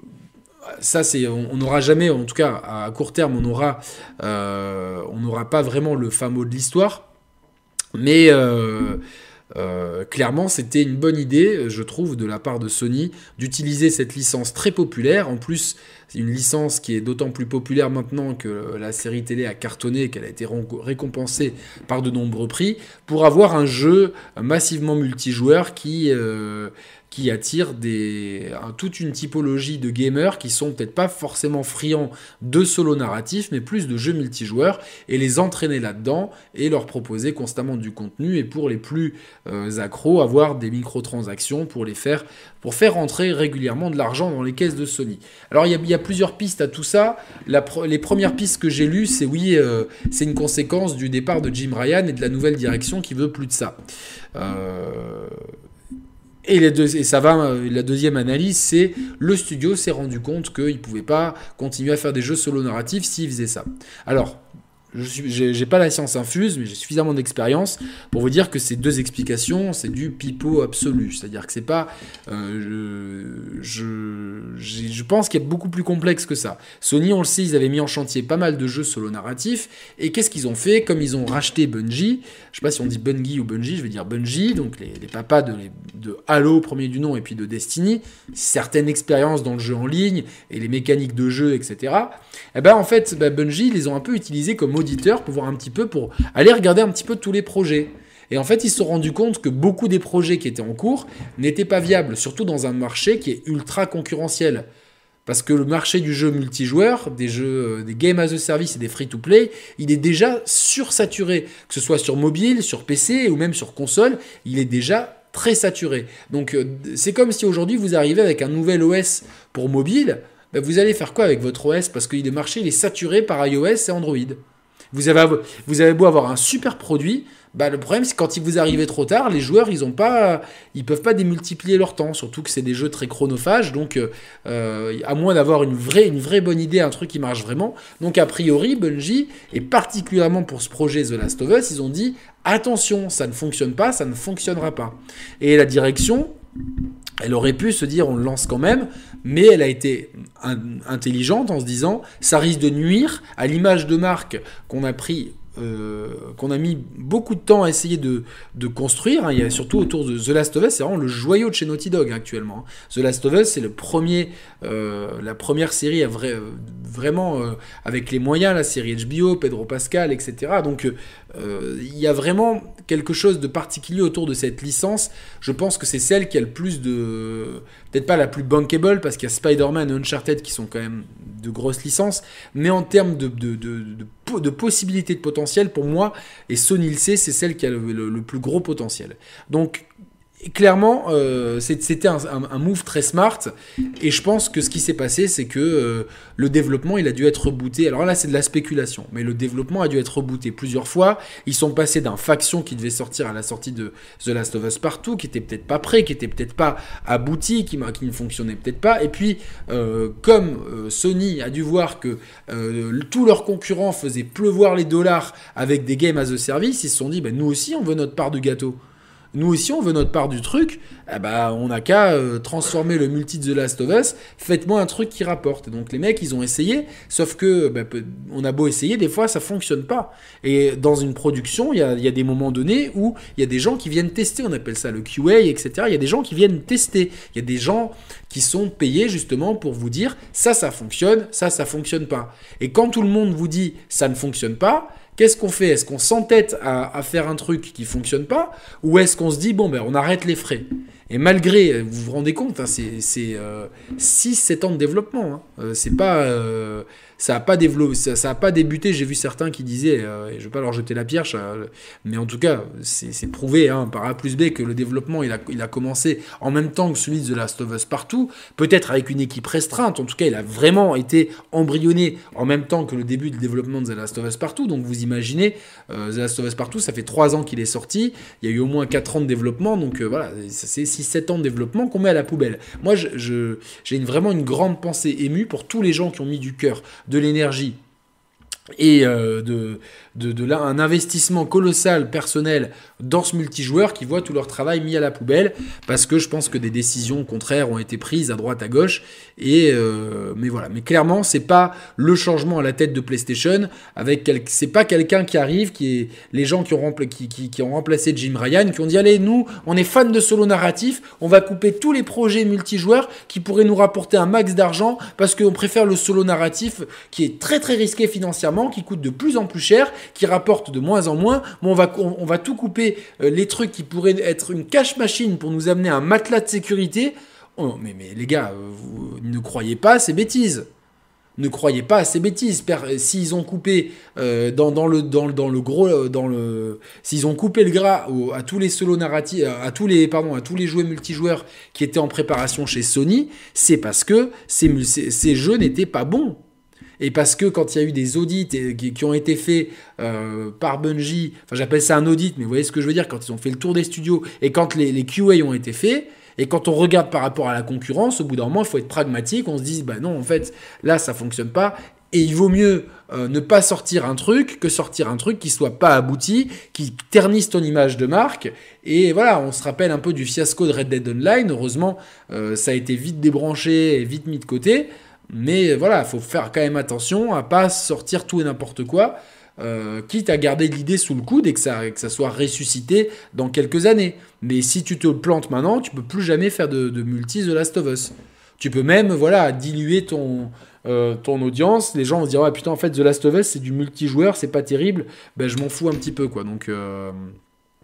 ça, c'est, on n'aura jamais, en tout cas à court terme, on n'aura euh, on n'aura pas vraiment le fin mot de l'histoire, mais euh, euh, clairement, c'était une bonne idée, je trouve, de la part de Sony, d'utiliser cette licence très populaire. En plus, c'est une licence qui est d'autant plus populaire maintenant que la série télé a cartonné, qu'elle a été récompensée par de nombreux prix, pour avoir un jeu massivement multijoueur qui... Euh, qui attire des, toute une typologie de gamers qui sont peut-être pas forcément friands de solo narratif, mais plus de jeux multijoueurs, et les entraîner là-dedans et leur proposer constamment du contenu, et pour les plus euh, accros, avoir des microtransactions pour les faire, pour faire rentrer régulièrement de l'argent dans les caisses de Sony. Alors il y, y a plusieurs pistes à tout ça. La, les premières pistes que j'ai lues, c'est oui, euh, c'est une conséquence du départ de Jim Ryan et de la nouvelle direction qui veut plus de ça. Euh... Et, les deux, et ça va, la deuxième analyse, c'est le studio s'est rendu compte qu'il ne pouvait pas continuer à faire des jeux solo narratifs s'il faisait ça. Alors, je n'ai pas la science infuse, mais j'ai suffisamment d'expérience pour vous dire que ces deux explications, c'est du pipeau absolu. C'est-à-dire que c'est pas... Euh, je, je, je pense qu'il y a beaucoup plus complexe que ça. Sony, on le sait, ils avaient mis en chantier pas mal de jeux solo narratifs. Et qu'est-ce qu'ils ont fait ? Comme ils ont racheté Bungie, je sais pas si on dit Bungie ou Bungie, je vais dire Bungie, donc les, les papas de, de Halo, premier du nom, et puis de Destiny, certaines expériences dans le jeu en ligne, et les mécaniques de jeu, et cetera. Et ben en fait, ben Bungie, ils les ont un peu utilisés comme auditeurs pour voir un petit peu, pour aller regarder un petit peu tous les projets. Et en fait, ils se sont rendus compte que beaucoup des projets qui étaient en cours n'étaient pas viables, surtout dans un marché qui est ultra concurrentiel. Parce que le marché du jeu multijoueur, des jeux, des games as a service et des free-to-play, il est déjà sursaturé. Que ce soit sur mobile, sur P C ou même sur console, il est déjà très saturé. Donc c'est comme si aujourd'hui vous arrivez avec un nouvel O S pour mobile, ben vous allez faire quoi avec votre O S? Parce que le marché il est saturé par iOS et Android. Vous avez, vous avez beau avoir un super produit, bah le problème c'est que quand vous arrivez trop tard, les joueurs ils ont pas, ils peuvent pas démultiplier leur temps, surtout que c'est des jeux très chronophages, donc euh, à moins d'avoir une vraie, une vraie bonne idée, un truc qui marche vraiment. Donc a priori Bungie, et particulièrement pour ce projet The Last of Us, ils ont dit attention, ça ne fonctionne pas, ça ne fonctionnera pas. Et la direction, elle aurait pu se dire on le lance quand même, mais elle a été in- intelligente en se disant ça risque de nuire à l'image de marque qu'on a pris. Euh, qu'on a mis beaucoup de temps à essayer de, de construire, hein. Il y a surtout autour de The Last of Us, c'est vraiment le joyau de chez Naughty Dog hein, actuellement. The Last of Us, c'est le premier, euh, la première série à vrai, vraiment euh, avec les moyens, la série H B O, Pedro Pascal, et cetera. Donc euh, il y a vraiment quelque chose de particulier autour de cette licence. Je pense que c'est celle qui a le plus de, peut-être pas la plus bankable parce qu'il y a Spider-Man et Uncharted qui sont quand même de grosses licences, mais en termes de, de, de, de, de possibilités de potentiel, pour moi, et Sony le sait, c'est celle qui a le, le, le plus gros potentiel. Donc, clairement, euh, c'était un, un, un move très smart, et je pense que ce qui s'est passé, c'est que euh, le développement, il a dû être rebooté. Alors là, c'est de la spéculation, mais le développement a dû être rebooté plusieurs fois. Ils sont passés d'un faction qui devait sortir à la sortie de The Last of Us Partout, qui était peut-être pas prêt, qui était peut-être pas abouti, qui, qui ne fonctionnait peut-être pas. Et puis, euh, comme euh, Sony a dû voir que euh, tous leurs concurrents faisaient pleuvoir les dollars avec des games as a service, ils se sont dit, bah, nous aussi, on veut notre part du gâteau. Nous aussi, on veut notre part du truc. Eh ben, on n'a qu'à euh, transformer le multi de The Last of Us. Faites-moi un truc qui rapporte. Et donc les mecs, ils ont essayé. Sauf que, ben, on a beau essayer, des fois, ça fonctionne pas. Et dans une production, il y a, y a des moments donnés où il y a des gens qui viennent tester. On appelle ça le Q A, et cetera. Il y a des gens qui viennent tester. Il y a des gens qui sont payés justement pour vous dire ça, ça fonctionne, ça, ça fonctionne pas. Et quand tout le monde vous dit ça ne fonctionne pas, qu'est-ce qu'on fait? Est-ce qu'on s'entête à, à faire un truc qui fonctionne pas? Ou est-ce qu'on se dit, bon, ben, on arrête les frais? Et malgré, vous vous rendez compte, hein, c'est, c'est euh, six sept ans de développement. Hein. Euh, c'est pas, euh, ça n'a pas, ça, ça a pas débuté. J'ai vu certains qui disaient, euh, et je ne vais pas leur jeter la pierre, ça, mais en tout cas, c'est, c'est prouvé hein, par A plus B que le développement, il a, il a commencé en même temps que celui de The Last of Us Partout, peut-être avec une équipe restreinte. En tout cas, il a vraiment été embryonné en même temps que le début du développement de The Last of Us Partout. Donc vous imaginez, euh, The Last of Us Partout, ça fait trois ans qu'il est sorti. Il y a eu au moins quatre ans de développement. Donc euh, voilà, c'est six sept ans de développement qu'on met à la poubelle. Moi, je, je, j'ai une, vraiment une grande pensée émue pour tous les gens qui ont mis du cœur, de l'énergie et euh, de, de, de là, un investissement colossal personnel dans ce multijoueur qui voit tout leur travail mis à la poubelle parce que je pense que des décisions contraires ont été prises à droite à gauche et euh, mais voilà, mais clairement c'est pas le changement à la tête de PlayStation avec quel... c'est pas quelqu'un qui arrive qui est les gens qui ont, rempla... qui, qui, qui ont remplacé Jim Ryan qui ont dit allez nous on est fans de solo narratif, on va couper tous les projets multijoueurs qui pourraient nous rapporter un max d'argent parce qu'on préfère le solo narratif qui est très très risqué financièrement, qui coûte de plus en plus cher, qui rapporte de moins en moins. Bon, on va, on, on va tout couper, euh, les trucs qui pourraient être une cash machine pour nous amener un matelas de sécurité. Oh, mais, mais les gars, euh, vous ne croyez pas à ces bêtises. Ne croyez pas à ces bêtises. S'ils ont coupé euh, dans, dans, le, dans, dans le gros, dans le, s'ils ont coupé le gras au, à tous les solos narratifs, à tous les, pardon, à tous les jeux multijoueurs qui étaient en préparation chez Sony, c'est parce que ces, ces, ces jeux n'étaient pas bons. Et parce que quand il y a eu des audits qui, qui ont été faits euh, par Bungie, enfin j'appelle ça un audit, mais vous voyez ce que je veux dire, quand ils ont fait le tour des studios et quand les, les Q A ont été faits, et quand on regarde par rapport à la concurrence, au bout d'un moment, il faut être pragmatique, on se dit, bah non, en fait, là, ça fonctionne pas, et il vaut mieux euh, ne pas sortir un truc que sortir un truc qui soit pas abouti, qui ternisse ton image de marque, et voilà, on se rappelle un peu du fiasco de Red Dead Online, heureusement, euh, ça a été vite débranché et vite mis de côté, mais voilà, il faut faire quand même attention à pas sortir tout et n'importe quoi, euh, quitte à garder l'idée sous le coude et que ça, que ça soit ressuscité dans quelques années. Mais si tu te plantes maintenant, tu peux plus jamais faire de, de multi The Last of Us. Tu peux même voilà, diluer ton, euh, ton audience. Les gens vont se dire ah, putain, en fait, The Last of Us, c'est du multijoueur, c'est pas terrible. Ben, je m'en fous un petit peu, quoi. Donc, euh,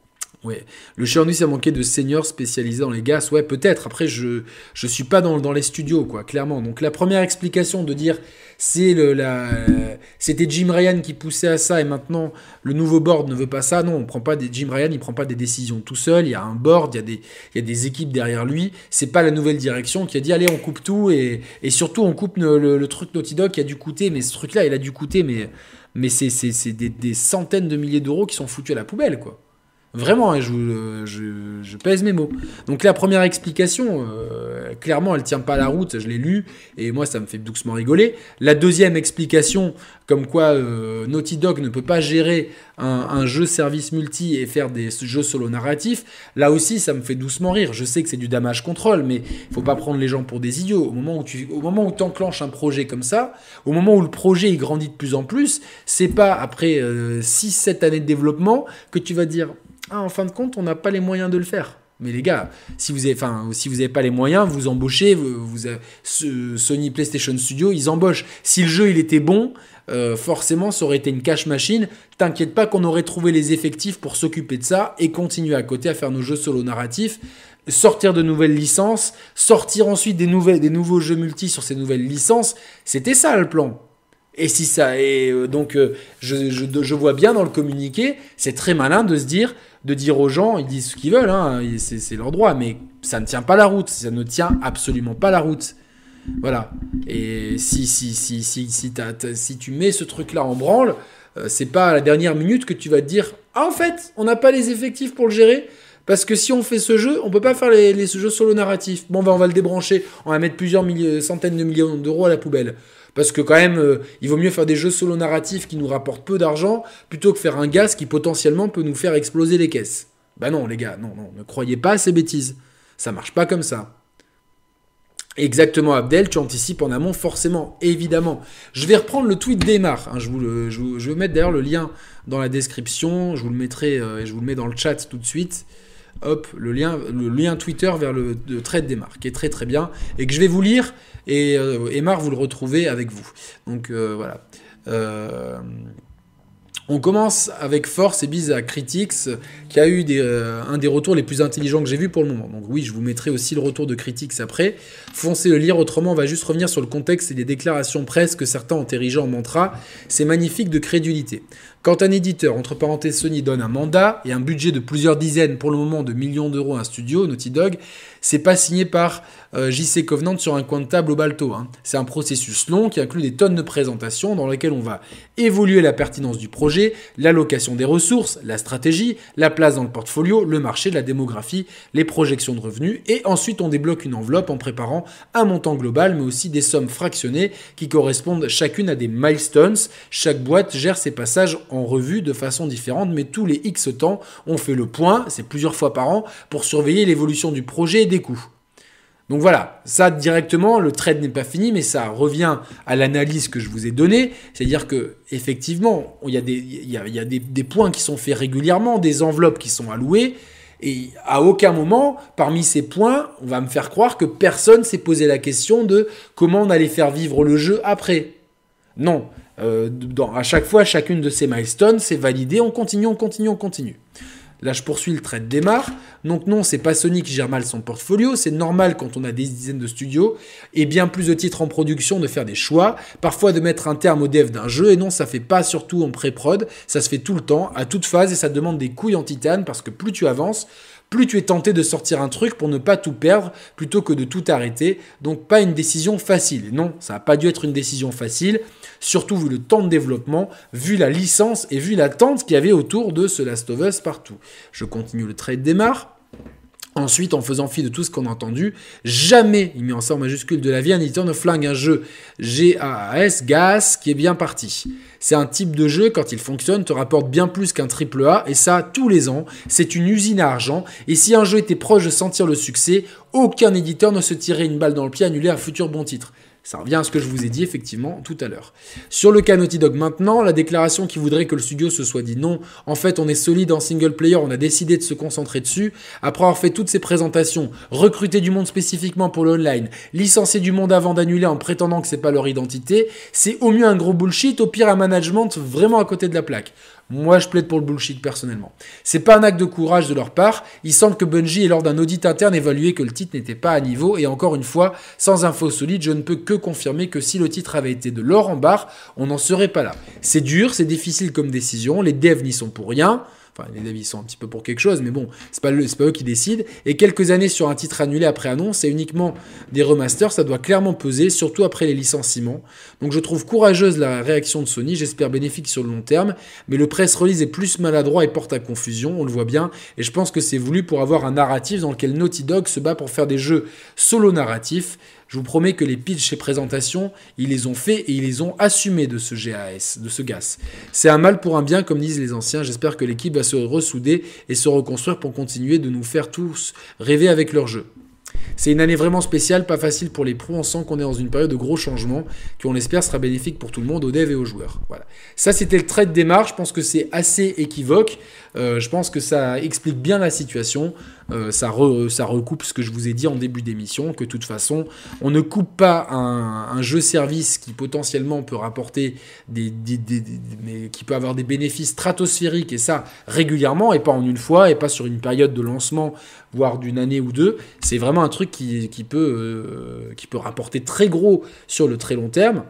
Ouais, le chez Andy, ça manquait de seniors spécialisés dans les gaz. Ouais, peut-être. Après, je je suis pas dans, dans les studios, quoi, clairement. Donc la première explication de dire c'est le la c'était Jim Ryan qui poussait à ça et maintenant le nouveau board ne veut pas ça. Non, on prend pas des Jim Ryan, il prend pas des décisions tout seul. Il y a un board, il y a des il y a des équipes derrière lui. C'est pas la nouvelle direction qui a dit allez on coupe tout et et surtout on coupe le, le, le truc Naughty Dog qui a dû coûter. Mais ce truc-là, il a dû coûter mais mais c'est c'est c'est des, des centaines de milliers d'euros qui sont foutus à la poubelle, quoi. Vraiment, hein, je, je, je pèse mes mots. Donc la première explication, euh, clairement, elle tient pas la route, je l'ai lu, et moi ça me fait doucement rigoler. La deuxième explication, comme quoi euh, Naughty Dog ne peut pas gérer un, un jeu service multi et faire des jeux solo narratifs, là aussi ça me fait doucement rire. Je sais que c'est du damage control, mais il faut pas prendre les gens pour des idiots. Au moment où tu au moment où t'enclenches un projet comme ça, au moment où le projet il grandit de plus en plus, c'est pas après euh, six sept années de développement que tu vas dire ah, en fin de compte, on n'a pas les moyens de le faire. Mais les gars, si vous avez, enfin, si vous n'avez pas les moyens, vous embauchez. Vous, vous avez, Sony PlayStation Studio, ils embauchent. Si le jeu il était bon, euh, forcément, ça aurait été une cash machine. T'inquiète pas qu'on aurait trouvé les effectifs pour s'occuper de ça et continuer à côté à faire nos jeux solo narratifs, sortir de nouvelles licences, sortir ensuite des, nouvelles, des nouveaux jeux multi sur ces nouvelles licences. C'était ça le plan. Et si ça, et euh, donc euh, je, je, je vois bien dans le communiqué, c'est très malin de se dire, de dire aux gens, ils disent ce qu'ils veulent, hein, c'est, c'est leur droit, mais ça ne tient pas la route, ça ne tient absolument pas la route. Voilà. Et si si si si si, t'as, t'as, si tu mets ce truc-là en branle, euh, c'est pas à la dernière minute que tu vas te dire, ah en fait, on n'a pas les effectifs pour le gérer. Parce que si on fait ce jeu, on peut pas faire les, les jeux solo narratifs. Bon, ben on va le débrancher, on va mettre plusieurs milliers, centaines de millions d'euros à la poubelle. Parce que quand même, euh, il vaut mieux faire des jeux solo narratifs qui nous rapportent peu d'argent plutôt que faire un gaz qui potentiellement peut nous faire exploser les caisses. Bah non, les gars, non, non, ne croyez pas à ces bêtises. Ça marche pas comme ça. Exactement, Abdel, tu anticipes en amont, forcément, évidemment. Je vais reprendre le tweet d'Emar. Hein, je, vous le, je, vous, je vais mettre d'ailleurs le lien dans la description. Je vous le mettrai euh, et je vous le mets dans le chat tout de suite. Hop, le lien, le lien Twitter vers le, le thread d'Emar, qui est très très bien, et que je vais vous lire, et euh, Emar, vous le retrouvez avec vous. Donc euh, voilà. Euh, on commence avec force et bise à Critics, qui a eu des, euh, un des retours les plus intelligents que j'ai vu pour le moment. Donc oui, je vous mettrai aussi le retour de Critics après. Foncez le lire, autrement on va juste revenir sur le contexte et les déclarations presse que certains ont érigées en mantra. C'est magnifique de crédulité. Quand un éditeur, entre parenthèses Sony, donne un mandat et un budget de plusieurs dizaines, pour le moment de millions d'euros à un studio, Naughty Dog, c'est pas signé par euh, J C Covenant sur un coin de table au balto. Hein. C'est un processus long qui inclut des tonnes de présentations dans lesquelles on va évoluer la pertinence du projet, l'allocation des ressources, la stratégie, la place dans le portfolio, le marché, la démographie, les projections de revenus, et ensuite on débloque une enveloppe en préparant un montant global, mais aussi des sommes fractionnées qui correspondent chacune à des milestones. Chaque boîte gère ses passages en revue de façon différente, mais tous les X temps, on fait le point, c'est plusieurs fois par an, pour surveiller l'évolution du projet et des coûts. Donc voilà, ça directement, le trade n'est pas fini, mais ça revient à l'analyse que je vous ai donnée, c'est-à-dire que effectivement, il y a, des, il y a, il y a des, des points qui sont faits régulièrement, des enveloppes qui sont allouées, et à aucun moment, parmi ces points, on va me faire croire que personne s'est posé la question de comment on allait faire vivre le jeu après. Non. Euh, dans, à chaque fois, chacune de ces milestones, c'est validé, on continue, on continue, on continue. Là, je poursuis, le trade démarre. Donc non, c'est pas Sony qui gère mal son portfolio, c'est normal quand on a des dizaines de studios et bien plus de titres en production de faire des choix, parfois de mettre un terme au dev d'un jeu, et non, ça fait pas surtout en pré-prod, ça se fait tout le temps, à toute phase, et ça demande des couilles en titane, parce que plus tu avances, plus tu es tenté de sortir un truc pour ne pas tout perdre plutôt que de tout arrêter. Donc pas une décision facile. Non, ça n'a pas dû être une décision facile, surtout vu le temps de développement, vu la licence et vu l'attente qu'il y avait autour de ce Last of Us partout. Je continue, le trade démarre. Ensuite, en faisant fi de tout ce qu'on a entendu, jamais, il met en ça en majuscule, de la vie, un éditeur ne flingue un jeu G A A S, G A S, qui est bien parti. C'est un type de jeu, quand il fonctionne, te rapporte bien plus qu'un triple A, et ça, tous les ans. C'est une usine à argent, et si un jeu était proche de sentir le succès, aucun éditeur ne se tirait une balle dans le pied à annuler un futur bon titre. Ça revient à ce que je vous ai dit effectivement tout à l'heure. Sur le cas Naughty Dog maintenant, la déclaration qui voudrait que le studio se soit dit non, en fait on est solide en single player, on a décidé de se concentrer dessus, après avoir fait toutes ces présentations, recruter du monde spécifiquement pour le online, licencier du monde avant d'annuler en prétendant que c'est pas leur identité, c'est au mieux un gros bullshit, au pire un management vraiment à côté de la plaque. Moi, je plaide pour le bullshit personnellement. C'est pas un acte de courage de leur part. Il semble que Bungie ait lors d'un audit interne évalué que le titre n'était pas à niveau. Et encore une fois, sans info solide, je ne peux que confirmer que si le titre avait été de l'or en barre, on n'en serait pas là. C'est dur, c'est difficile comme décision. Les devs n'y sont pour rien. Enfin, les devs, ils sont un petit peu pour quelque chose, mais bon, c'est pas, le, c'est pas eux qui décident. Et quelques années sur un titre annulé après annonce, et uniquement des remasters, ça doit clairement peser, surtout après les licenciements. Donc je trouve courageuse la réaction de Sony, j'espère bénéfique sur le long terme, mais le press release est plus maladroit et porte à confusion, on le voit bien, et je pense que c'est voulu pour avoir un narratif dans lequel Naughty Dog se bat pour faire des jeux solo narratifs. Je vous promets que les pitchs et présentations, ils les ont faits et ils les ont assumés de ce G A S, de ce G A S. C'est un mal pour un bien, comme disent les anciens. J'espère que l'équipe va se ressouder et se reconstruire pour continuer de nous faire tous rêver avec leur jeu. C'est une année vraiment spéciale, pas facile pour les pros. On sent qu'on est dans une période de gros changements qui, on l'espère, sera bénéfique pour tout le monde, aux devs et aux joueurs. Voilà. Ça, c'était le trait de démarche. Je pense que c'est assez équivoque. Euh, je pense que ça explique bien la situation. Euh, ça, re, ça recoupe ce que je vous ai dit en début d'émission, que de toute façon, on ne coupe pas un, un jeu-service qui potentiellement peut rapporter des, des, des, des, mais qui peut avoir des bénéfices stratosphériques, et ça régulièrement, et pas en une fois, et pas sur une période de lancement, voire d'une année ou deux. C'est vraiment un truc qui, qui, peut, euh, qui peut rapporter très gros sur le très long terme.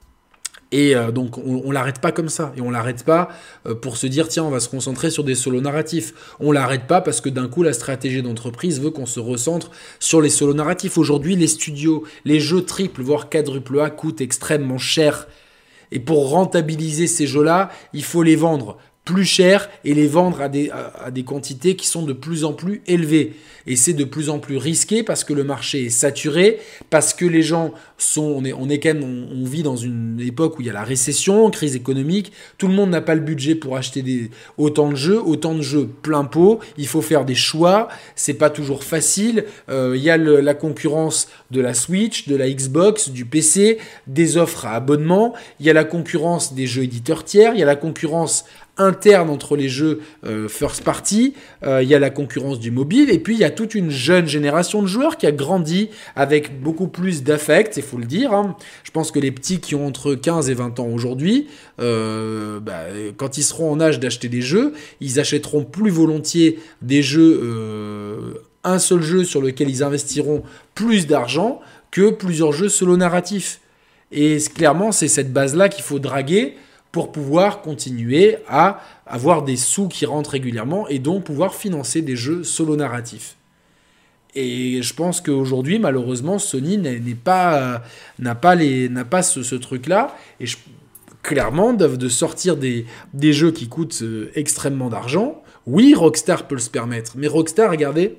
Et euh, donc, on, on l'arrête pas comme ça. Et on l'arrête pas euh, pour se dire, tiens, on va se concentrer sur des solos narratifs. On l'arrête pas parce que d'un coup, la stratégie d'entreprise veut qu'on se recentre sur les solos narratifs. Aujourd'hui, les studios, les jeux triple, voire quadruple A coûtent extrêmement cher. Et pour rentabiliser ces jeux-là, il faut les vendre plus cher et les vendre à des, à, à des quantités qui sont de plus en plus élevées. Et c'est de plus en plus risqué parce que le marché est saturé, parce que les gens sont... On est, on est quand même... On, on vit dans une époque où il y a la récession, crise économique, tout le monde n'a pas le budget pour acheter des, autant de jeux, autant de jeux plein pot, il faut faire des choix, c'est pas toujours facile, euh, il y a le, la concurrence de la Switch, de la Xbox, du P C, des offres à abonnement, il y a la concurrence des jeux éditeurs tiers, il y a la concurrence interne entre les jeux euh, first party, euh, il y a la concurrence du mobile, et puis il y a toute une jeune génération de joueurs qui a grandi avec beaucoup plus d'affect, il faut le dire. Hein. Je pense que les petits qui ont entre quinze et vingt ans aujourd'hui, euh, bah, quand ils seront en âge d'acheter des jeux, ils achèteront plus volontiers des jeux, euh, un seul jeu sur lequel ils investiront plus d'argent que plusieurs jeux solo narratifs. Et clairement, c'est cette base-là qu'il faut draguer pour pouvoir continuer à avoir des sous qui rentrent régulièrement et donc pouvoir financer des jeux solo narratifs. Et je pense qu'aujourd'hui, malheureusement, Sony n'est pas, n'a pas, les, n'a pas ce, ce truc-là. Et je, clairement, doivent de sortir des, des jeux qui coûtent euh, extrêmement d'argent. Oui, Rockstar peut se permettre. Mais Rockstar, regardez,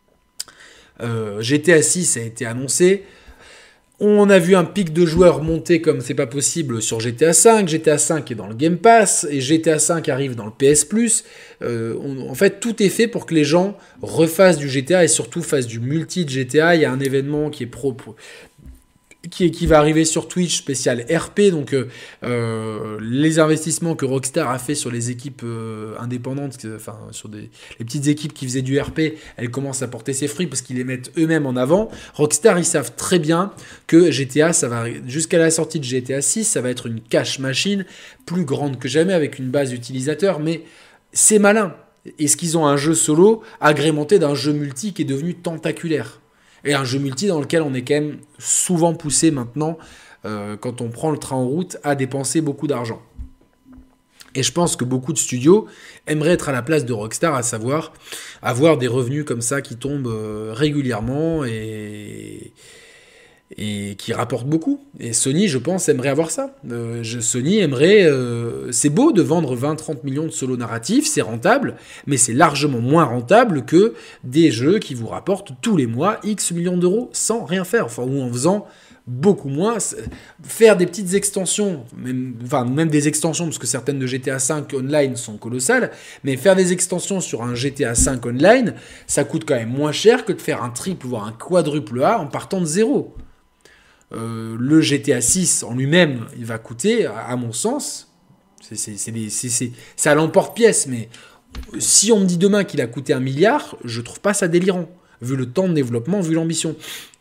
euh, G T A six a été annoncé. On a vu un pic de joueurs monter comme c'est pas possible sur G T A cinq. G T A cinq est dans le Game Pass et G T A cinq arrive dans le P S Plus. Euh, on, en fait, tout est fait pour que les gens refassent du G T A et surtout fassent du multi de G T A. Il y a un événement qui est propre. Qui, est, qui va arriver sur Twitch spécial R P, donc euh, euh, les investissements que Rockstar a fait sur les équipes euh, indépendantes, enfin sur des, les petites équipes qui faisaient du R P, elles commencent à porter ses fruits parce qu'ils les mettent eux-mêmes en avant. Rockstar, ils savent très bien que G T A, ça va jusqu'à la sortie de G T A six, ça va être une cash machine plus grande que jamais avec une base d'utilisateurs, mais c'est malin. Est-ce qu'ils ont un jeu solo agrémenté d'un jeu multi qui est devenu tentaculaire ? Et un jeu multi dans lequel on est quand même souvent poussé maintenant, euh, quand on prend le train en route, à dépenser beaucoup d'argent. Et je pense que beaucoup de studios aimeraient être à la place de Rockstar, à savoir avoir des revenus comme ça qui tombent euh, régulièrement et, et qui rapportent beaucoup. Et Sony, je pense, aimerait avoir ça. Euh, je, Sony aimerait... Euh, c'est beau de vendre vingt à trente millions de solos narratifs, c'est rentable, mais c'est largement moins rentable que des jeux qui vous rapportent tous les mois X millions d'euros sans rien faire, enfin, ou en faisant beaucoup moins. Faire des petites extensions, même, enfin même des extensions, parce que certaines de G T A cinq Online sont colossales, mais faire des extensions sur un G T A cinq Online, ça coûte quand même moins cher que de faire un triple, voire un quadruple A en partant de zéro. Euh, le G T A six en lui-même, il va coûter, à, à mon sens, c'est, c'est, c'est, des, c'est, c'est, c'est à l'emporte-pièce, mais si on me dit demain qu'il a coûté un milliard, je trouve pas ça délirant, vu le temps de développement, vu l'ambition.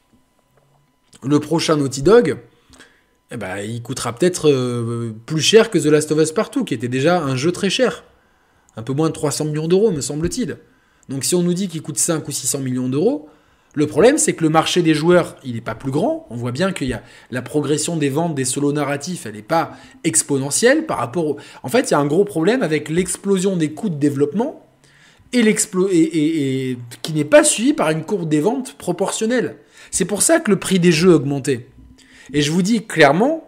Le prochain Naughty Dog, eh ben, il coûtera peut-être euh, plus cher que The Last of Us Part deux, qui était déjà un jeu très cher. Un peu moins de trois cents millions d'euros, me semble-t-il. Donc si on nous dit qu'il coûte cinq ou six cents millions d'euros, le problème, c'est que le marché des joueurs, il n'est pas plus grand. On voit bien qu'il y a la progression des ventes des solos narratifs, elle n'est pas exponentielle par rapport au... En fait, il y a un gros problème avec l'explosion des coûts de développement et, l'explo... et, et, et... qui n'est pas suivi par une courbe des ventes proportionnelle. C'est pour ça que le prix des jeux a augmenté. Et je vous dis clairement,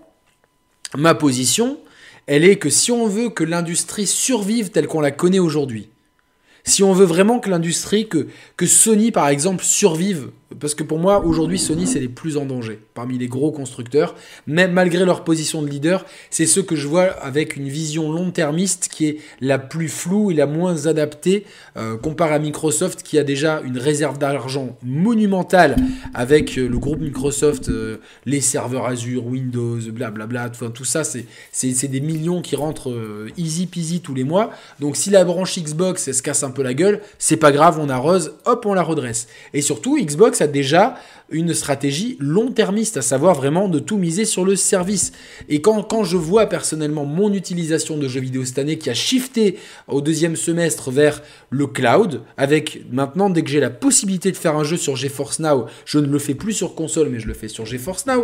ma position, elle est que si on veut que l'industrie survive telle qu'on la connaît aujourd'hui, si on veut vraiment que l'industrie, que, que Sony par exemple survive, parce que pour moi aujourd'hui Sony c'est les plus en danger parmi les gros constructeurs, même malgré leur position de leader, c'est ceux que je vois avec une vision long-termiste qui est la plus floue et la moins adaptée, euh, comparé à Microsoft qui a déjà une réserve d'argent monumentale avec euh, le groupe Microsoft, euh, les serveurs Azure, Windows, blablabla, tout, tout ça c'est, c'est, c'est des millions qui rentrent euh, easy peasy tous les mois, donc si la branche Xbox elle se casse un peu la gueule, c'est pas grave, on arrose, hop on la redresse. Et surtout Xbox a déjà une stratégie long-termiste, à savoir vraiment de tout miser sur le service. Et quand, quand je vois personnellement mon utilisation de jeux vidéo cette année qui a shifté au deuxième semestre vers le cloud, avec maintenant dès que j'ai la possibilité de faire un jeu sur GeForce Now, je ne le fais plus sur console mais je le fais sur GeForce Now,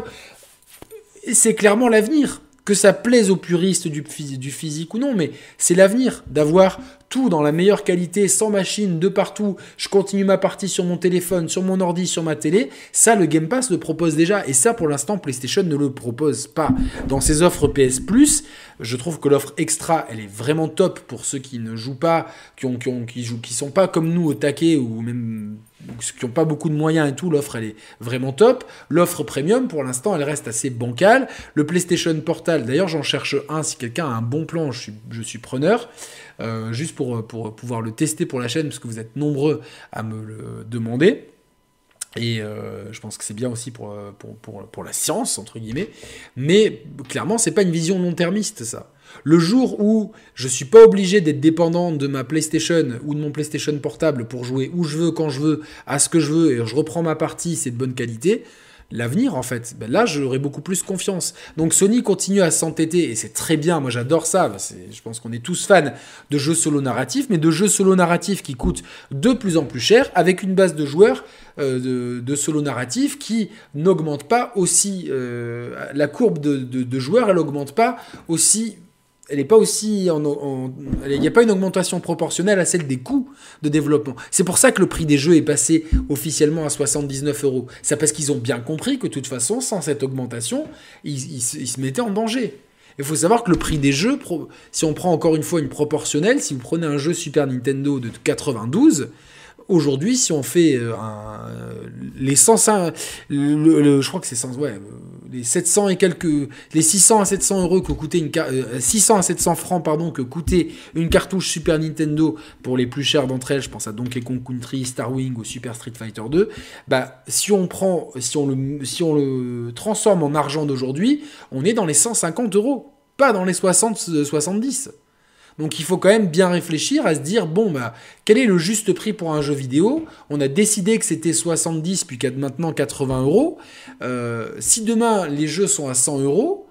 c'est clairement l'avenir. Que ça plaise aux puristes du, du physique ou non, mais c'est l'avenir d'avoir tout dans la meilleure qualité, sans machine, de partout. Je continue ma partie sur mon téléphone, sur mon ordi, sur ma télé. Ça, le Game Pass le propose déjà. Et ça, pour l'instant, PlayStation ne le propose pas. Dans ses offres P S Plus, je trouve que l'offre extra, elle est vraiment top pour ceux qui ne jouent pas, qui ont, qui ont, qui jouent, qui sont pas comme nous au taquet ou même qui n'ont pas beaucoup de moyens et tout. L'offre, elle est vraiment top. L'offre premium, pour l'instant, elle reste assez bancale. Le PlayStation Portal, d'ailleurs, j'en cherche un. Si quelqu'un a un bon plan, je suis, je suis preneur. Euh, juste pour, pour pouvoir le tester pour la chaîne, parce que vous êtes nombreux à me le demander. Et euh, je pense que c'est bien aussi pour, pour, pour, pour la science, entre guillemets. Mais clairement, c'est pas une vision long-termiste, ça. Le jour où je suis pas obligé d'être dépendant de ma PlayStation ou de mon PlayStation portable pour jouer où je veux, quand je veux, à ce que je veux, et je reprends ma partie, c'est de bonne qualité, l'avenir en fait, ben là j'aurai beaucoup plus confiance. Donc Sony continue à s'entêter et c'est très bien, moi j'adore ça, c'est, je pense qu'on est tous fans de jeux solo narratifs, mais de jeux solo narratifs qui coûtent de plus en plus cher avec une base de joueurs euh, de, de solo narratifs qui n'augmente pas aussi, euh, la courbe de, de, de joueurs elle n'augmente pas aussi. Elle n'est pas aussi en, en, il n'y a pas une augmentation proportionnelle à celle des coûts de développement. C'est pour ça que le prix des jeux est passé officiellement à soixante-dix-neuf euros. C'est parce qu'ils ont bien compris que de toute façon, sans cette augmentation, ils, ils, ils se mettaient en danger. Il faut savoir que le prix des jeux, si on prend encore une fois une proportionnelle, si vous prenez un jeu Super Nintendo de quatre-vingt-douze, aujourd'hui, si on fait un, les cent cinq, le, le, je crois que c'est cent, ouais, les sept cents et quelques, les six cents à sept cents euros que coûtait une, euh, six cents à sept cents francs, pardon, que coûtait une cartouche Super Nintendo pour les plus chères d'entre elles, je pense à Donkey Kong Country, Star Wing ou Super Street Fighter deux, bah, si on prend, si on le, si on le transforme en argent d'aujourd'hui, on est dans les cent cinquante euros, pas dans les soixante, soixante-dix. Donc il faut quand même bien réfléchir à se dire, bon, bah, quel est le juste prix pour un jeu vidéo ? On a décidé que c'était soixante-dix, puis maintenant quatre-vingts euros. Euh, si demain les jeux sont à cent euros,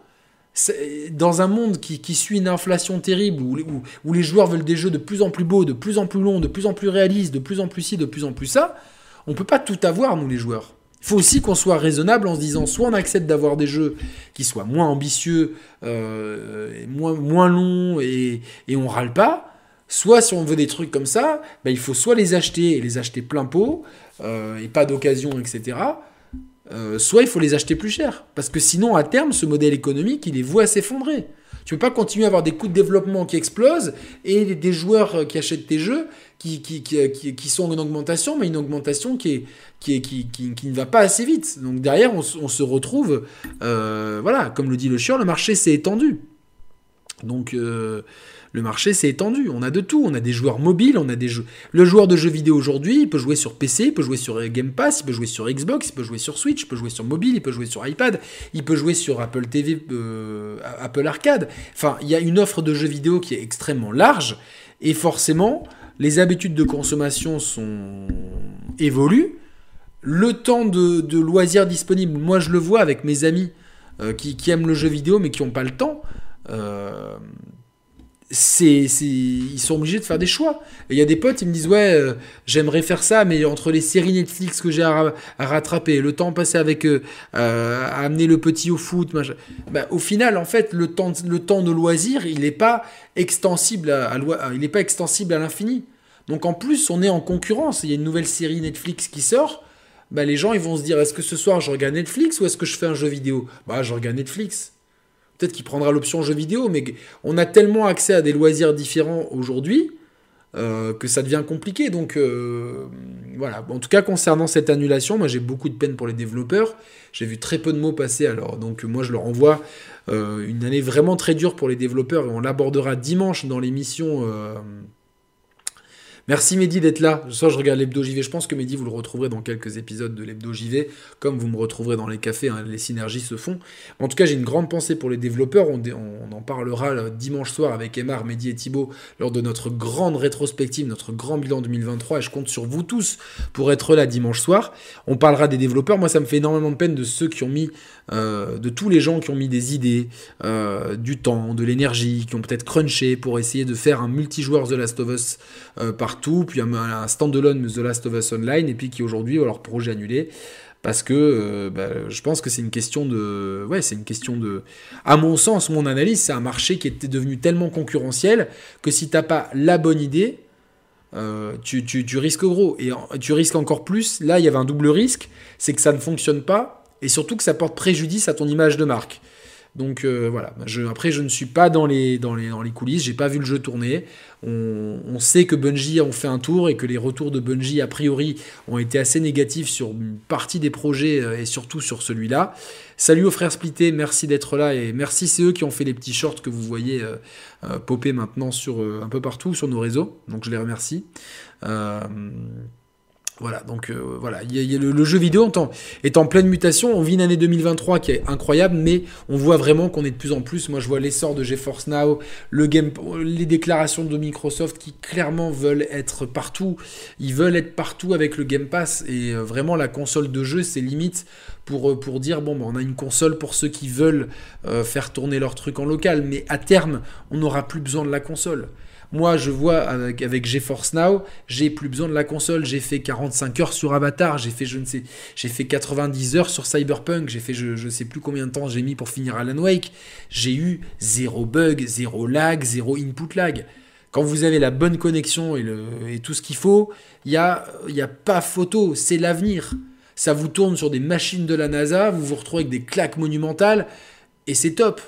dans un monde qui, qui suit une inflation terrible, où, où, où les joueurs veulent des jeux de plus en plus beaux, de plus en plus longs, de plus en plus réalistes, de plus en plus ci, de plus en plus ça, on ne peut pas tout avoir, nous les joueurs. Il faut aussi qu'on soit raisonnable en se disant soit on accepte d'avoir des jeux qui soient moins ambitieux, euh, moins, moins longs et, et on râle pas, soit si on veut des trucs comme ça, ben il faut soit les acheter et les acheter plein pot euh, et pas d'occasion, et cetera. Euh, soit il faut les acheter plus cher. Parce que sinon, à terme, ce modèle économique, il est voué à s'effondrer. Tu ne peux pas continuer à avoir des coûts de développement qui explosent et des joueurs qui achètent tes jeux qui, qui, qui, qui, qui sont en augmentation, mais une augmentation qui, est, qui, est, qui, qui, qui ne va pas assez vite. Donc derrière, on, on se retrouve, euh, voilà, comme le dit le chieur, le marché s'est étendu. Donc euh, le marché s'est étendu. On a de tout. On a des joueurs mobiles, on a des jeux. Le joueur de jeux vidéo aujourd'hui, il peut jouer sur P C, il peut jouer sur Game Pass, il peut jouer sur Xbox, il peut jouer sur Switch, il peut jouer sur mobile, il peut jouer sur iPad, il peut jouer sur Apple T V, euh, Apple Arcade. Enfin, il y a une offre de jeux vidéo qui est extrêmement large et forcément, les habitudes de consommation sont évoluent. Le temps de, de loisirs disponible, moi je le vois avec mes amis euh, qui, qui aiment le jeu vidéo mais qui n'ont pas le temps. Euh, c'est, c'est, ils sont obligés de faire des choix. Et il y a des potes, ils me disent ouais, euh, j'aimerais faire ça, mais entre les séries Netflix que j'ai à, à rattraper, le temps passé avec eux, euh, à amener le petit au foot, machin, bah, au final, en fait, le temps, le temps de loisir, il n'est pas extensible à, à, à, il est pas extensible à l'infini. Donc en plus, on est en concurrence. Il y a une nouvelle série Netflix qui sort. Bah, les gens, ils vont se dire, est-ce que ce soir je regarde Netflix ou est-ce que je fais un jeu vidéo? Bah, je regarde Netflix. Peut-être qu'il prendra l'option jeu vidéo, mais on a tellement accès à des loisirs différents aujourd'hui euh, que ça devient compliqué. Donc euh, voilà. En tout cas, concernant cette annulation, moi j'ai beaucoup de peine pour les développeurs. J'ai vu très peu de mots passer, alors donc moi je leur envoie euh, une année vraiment très dure pour les développeurs et on l'abordera dimanche dans l'émission. Euh, Merci Mehdi d'être là. Ce soir, je regarde l'Hebdo J V. Je pense que Mehdi, vous le retrouverez dans quelques épisodes de l'Hebdo J V, comme vous me retrouverez dans les cafés, hein, les synergies se font. En tout cas, j'ai une grande pensée pour les développeurs. On, on en parlera dimanche soir avec Emar, Mehdi et Thibaut lors de notre grande rétrospective, notre grand bilan deux mille vingt-trois. Et je compte sur vous tous pour être là dimanche soir. On parlera des développeurs. Moi, ça me fait énormément de peine de ceux qui ont mis, euh, de tous les gens qui ont mis des idées, euh, du temps, de l'énergie, qui ont peut-être crunché pour essayer de faire un multijoueur The Last of Us euh, par tout, puis un, un stand-alone The Last of Us Online, et puis qui aujourd'hui ont leur projet annulé, parce que euh, bah, je pense que c'est une question de... Ouais, c'est une question de... À mon sens, mon analyse, c'est un marché qui était devenu tellement concurrentiel que si t'as pas la bonne idée, euh, tu, tu, tu risques gros. Et tu risques encore plus, là, il y avait un double risque, c'est que ça ne fonctionne pas, et surtout que ça porte préjudice à ton image de marque. Donc euh, voilà, je, après je ne suis pas dans les, dans les, dans les coulisses, j'ai pas vu le jeu tourner. On, on sait que Bungie ont fait un tour et que les retours de Bungie a priori ont été assez négatifs sur une partie des projets et surtout sur celui-là. Salut aux frères splittés, merci d'être là et merci, c'est eux qui ont fait les petits shorts que vous voyez euh, euh, popper maintenant sur, euh, un peu partout sur nos réseaux, donc je les remercie. Euh, Voilà, donc euh, voilà, y a, y a le, le jeu vidéo en temps, est en pleine mutation. On vit une année deux mille vingt-trois qui est incroyable, mais on voit vraiment qu'on est de plus en plus. Moi, je vois l'essor de GeForce Now, le game, les déclarations de Microsoft qui clairement veulent être partout. Ils veulent être partout avec le Game Pass et euh, vraiment la console de jeu, c'est limite pour, euh, pour dire bon, bah, on a une console pour ceux qui veulent euh, faire tourner leur truc en local, mais à terme, on n'aura plus besoin de la console. Moi, je vois avec, avec GeForce Now, j'ai plus besoin de la console. J'ai fait quarante-cinq heures sur Avatar, j'ai fait je ne sais, j'ai fait quatre-vingt-dix heures sur Cyberpunk, j'ai fait je je sais plus combien de temps j'ai mis pour finir Alan Wake. J'ai eu zéro bug, zéro lag, zéro input lag. Quand vous avez la bonne connexion et, le, et tout ce qu'il faut, il y a, y a pas photo, c'est l'avenir. Ça vous tourne sur des machines de la NASA, vous vous retrouvez avec des claques monumentales et c'est top.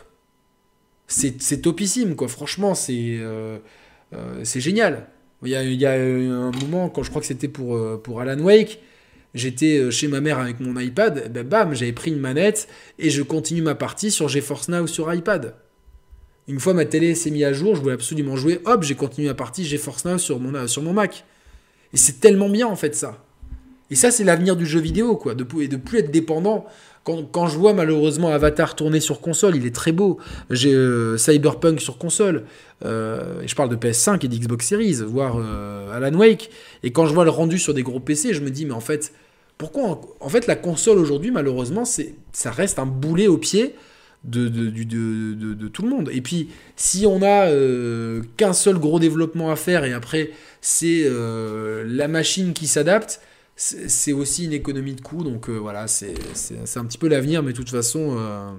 C'est, c'est topissime, quoi. Franchement, c'est... Euh, Euh, c'est génial. Il y, a, il y a un moment, quand je crois que c'était pour, euh, pour Alan Wake, j'étais chez ma mère avec mon iPad, ben bam, j'avais pris une manette et je continue ma partie sur GeForce Now sur iPad. Une fois ma télé s'est mise à jour, je voulais absolument jouer, hop, j'ai continué ma partie GeForce Now sur mon, sur mon Mac. Et c'est tellement bien en fait ça. Et ça, c'est l'avenir du jeu vidéo, quoi, de, et de plus être dépendant. Quand, quand je vois malheureusement Avatar tourner sur console, il est très beau. J'ai euh, Cyberpunk sur console. Euh, et je parle de P S cinq et d'Xbox Series, voire euh, Alan Wake. Et quand je vois le rendu sur des gros P C, je me dis, mais en fait, pourquoi en fait, la console aujourd'hui, malheureusement, c'est, ça reste un boulet au pied de, de, de, de, de, de tout le monde. Et puis, si on a euh, qu'un seul gros développement à faire et après, c'est euh, la machine qui s'adapte, c'est aussi une économie de coûts, donc euh, voilà, c'est, c'est, c'est un petit peu l'avenir, mais de toute façon, euh,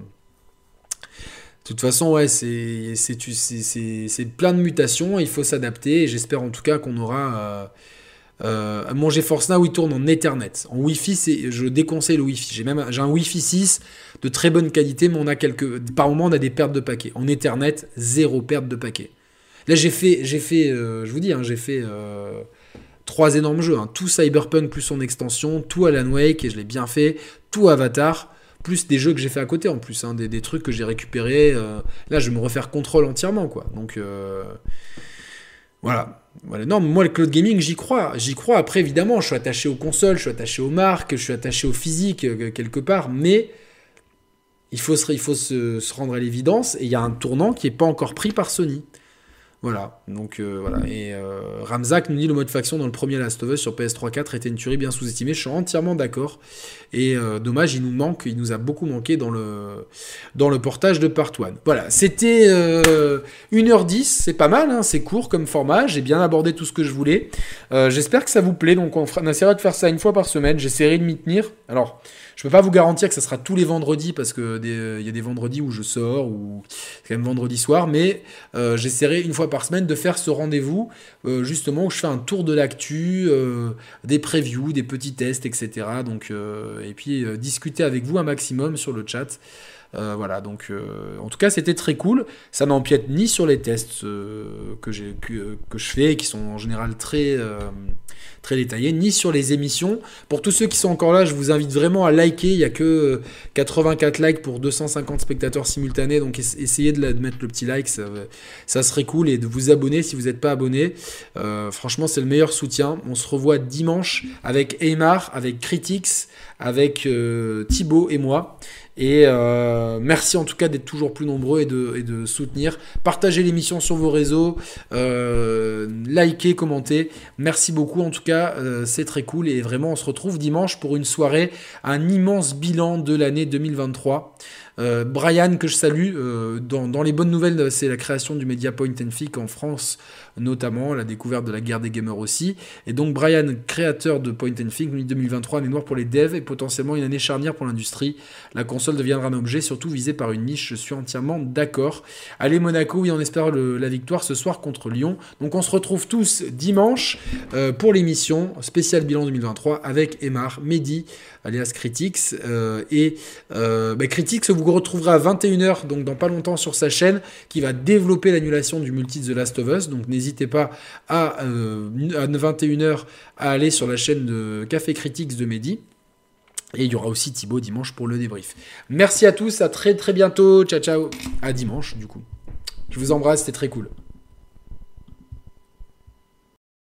de toute façon, ouais, c'est, c'est, c'est, c'est, c'est plein de mutations, il faut s'adapter, et j'espère en tout cas qu'on aura... Euh, euh, mon GeForce Now, il tourne en Ethernet. En Wi-Fi, c'est, je déconseille le Wi-Fi. J'ai même j'ai un Wi-Fi six de très bonne qualité, mais on a quelques, par moment, on a des pertes de paquets. En Ethernet, zéro perte de paquets. Là, j'ai fait, j'ai fait euh, je vous dis, hein, j'ai fait... Euh, Trois énormes jeux, hein. Tout Cyberpunk plus son extension, tout Alan Wake, et je l'ai bien fait, tout Avatar, plus des jeux que j'ai fait à côté en plus, hein, des, des trucs que j'ai récupérés. Euh, là, je vais me refaire Control entièrement, quoi. Donc, euh, voilà. voilà. Non, moi, le cloud gaming, j'y crois. J'y crois. Après, évidemment, je suis attaché aux consoles, je suis attaché aux marques, je suis attaché au physique, euh, quelque part, mais il faut se, il faut se, se rendre à l'évidence, et il y a un tournant qui n'est pas encore pris par Sony. Voilà, donc euh, voilà. Et euh, Ramzak nous dit le mode faction dans le premier Last of Us sur P S trois quatre était une tuerie bien sous-estimée. Je suis entièrement d'accord. Et euh, dommage, il nous manque, il nous a beaucoup manqué dans le, dans le portage de Part un. Voilà, c'était euh, une heure dix, c'est pas mal, hein, c'est court comme format. J'ai bien abordé tout ce que je voulais. Euh, j'espère que ça vous plaît. Donc on, fera, on essaiera de faire ça une fois par semaine. J'essaierai de m'y tenir. Alors. Je peux pas vous garantir que ça sera tous les vendredis parce que il y a des vendredis où je sors ou c'est quand même vendredi soir, mais euh, j'essaierai une fois par semaine de faire ce rendez-vous euh, justement où je fais un tour de l'actu, euh, des previews, des petits tests, et cetera. Donc euh, et puis euh, discuter avec vous un maximum sur le chat. Euh, voilà, donc euh, en tout cas c'était très cool. Ça n'empiète ni sur les tests euh, que, j'ai, que, que je fais, qui sont en général très, euh, très détaillés, ni sur les émissions. Pour tous ceux qui sont encore là, je vous invite vraiment à liker. Il n'y a que quatre-vingt-quatre likes pour deux cent cinquante spectateurs simultanés, donc essayez de, la, de mettre le petit like, ça, ça serait cool, et de vous abonner si vous n'êtes pas abonné. Euh, franchement, c'est le meilleur soutien. On se revoit dimanche avec Aymar, avec Critics, avec euh, Thibaut et moi. Et euh, merci en tout cas d'être toujours plus nombreux et de, et de soutenir. Partagez l'émission sur vos réseaux, euh, likez, commentez. Merci beaucoup en tout cas, euh, c'est très cool. Et vraiment, on se retrouve dimanche pour une soirée, un immense bilan de l'année deux mille vingt-trois. Euh, Brian, que je salue, euh, dans, dans les bonnes nouvelles, c'est la création du média Point and Click en France, notamment, la découverte de la guerre des gamers aussi. Et donc Brian, créateur de Point and Click, deux mille vingt-trois, mémoire pour les devs et potentiellement une année charnière pour l'industrie. La console deviendra un objet surtout visé par une niche, je suis entièrement d'accord. Allez Monaco, oui, on espère le, la victoire ce soir contre Lyon. Donc on se retrouve tous dimanche euh, pour l'émission spéciale bilan deux mille vingt-trois avec Aymar, Mehdi, alias Critics, euh, et euh, bah, Critics, vous retrouverez à vingt et une heures, donc dans pas longtemps sur sa chaîne, qui va développer l'annulation du multi The Last of Us, donc n'hésitez pas à, euh, à vingt et une heures à aller sur la chaîne de Café Critics de Mehdi. Et il y aura aussi Thibaut dimanche pour le débrief. Merci à tous, à très très bientôt, ciao ciao, à dimanche du coup. Je vous embrasse, c'était très cool.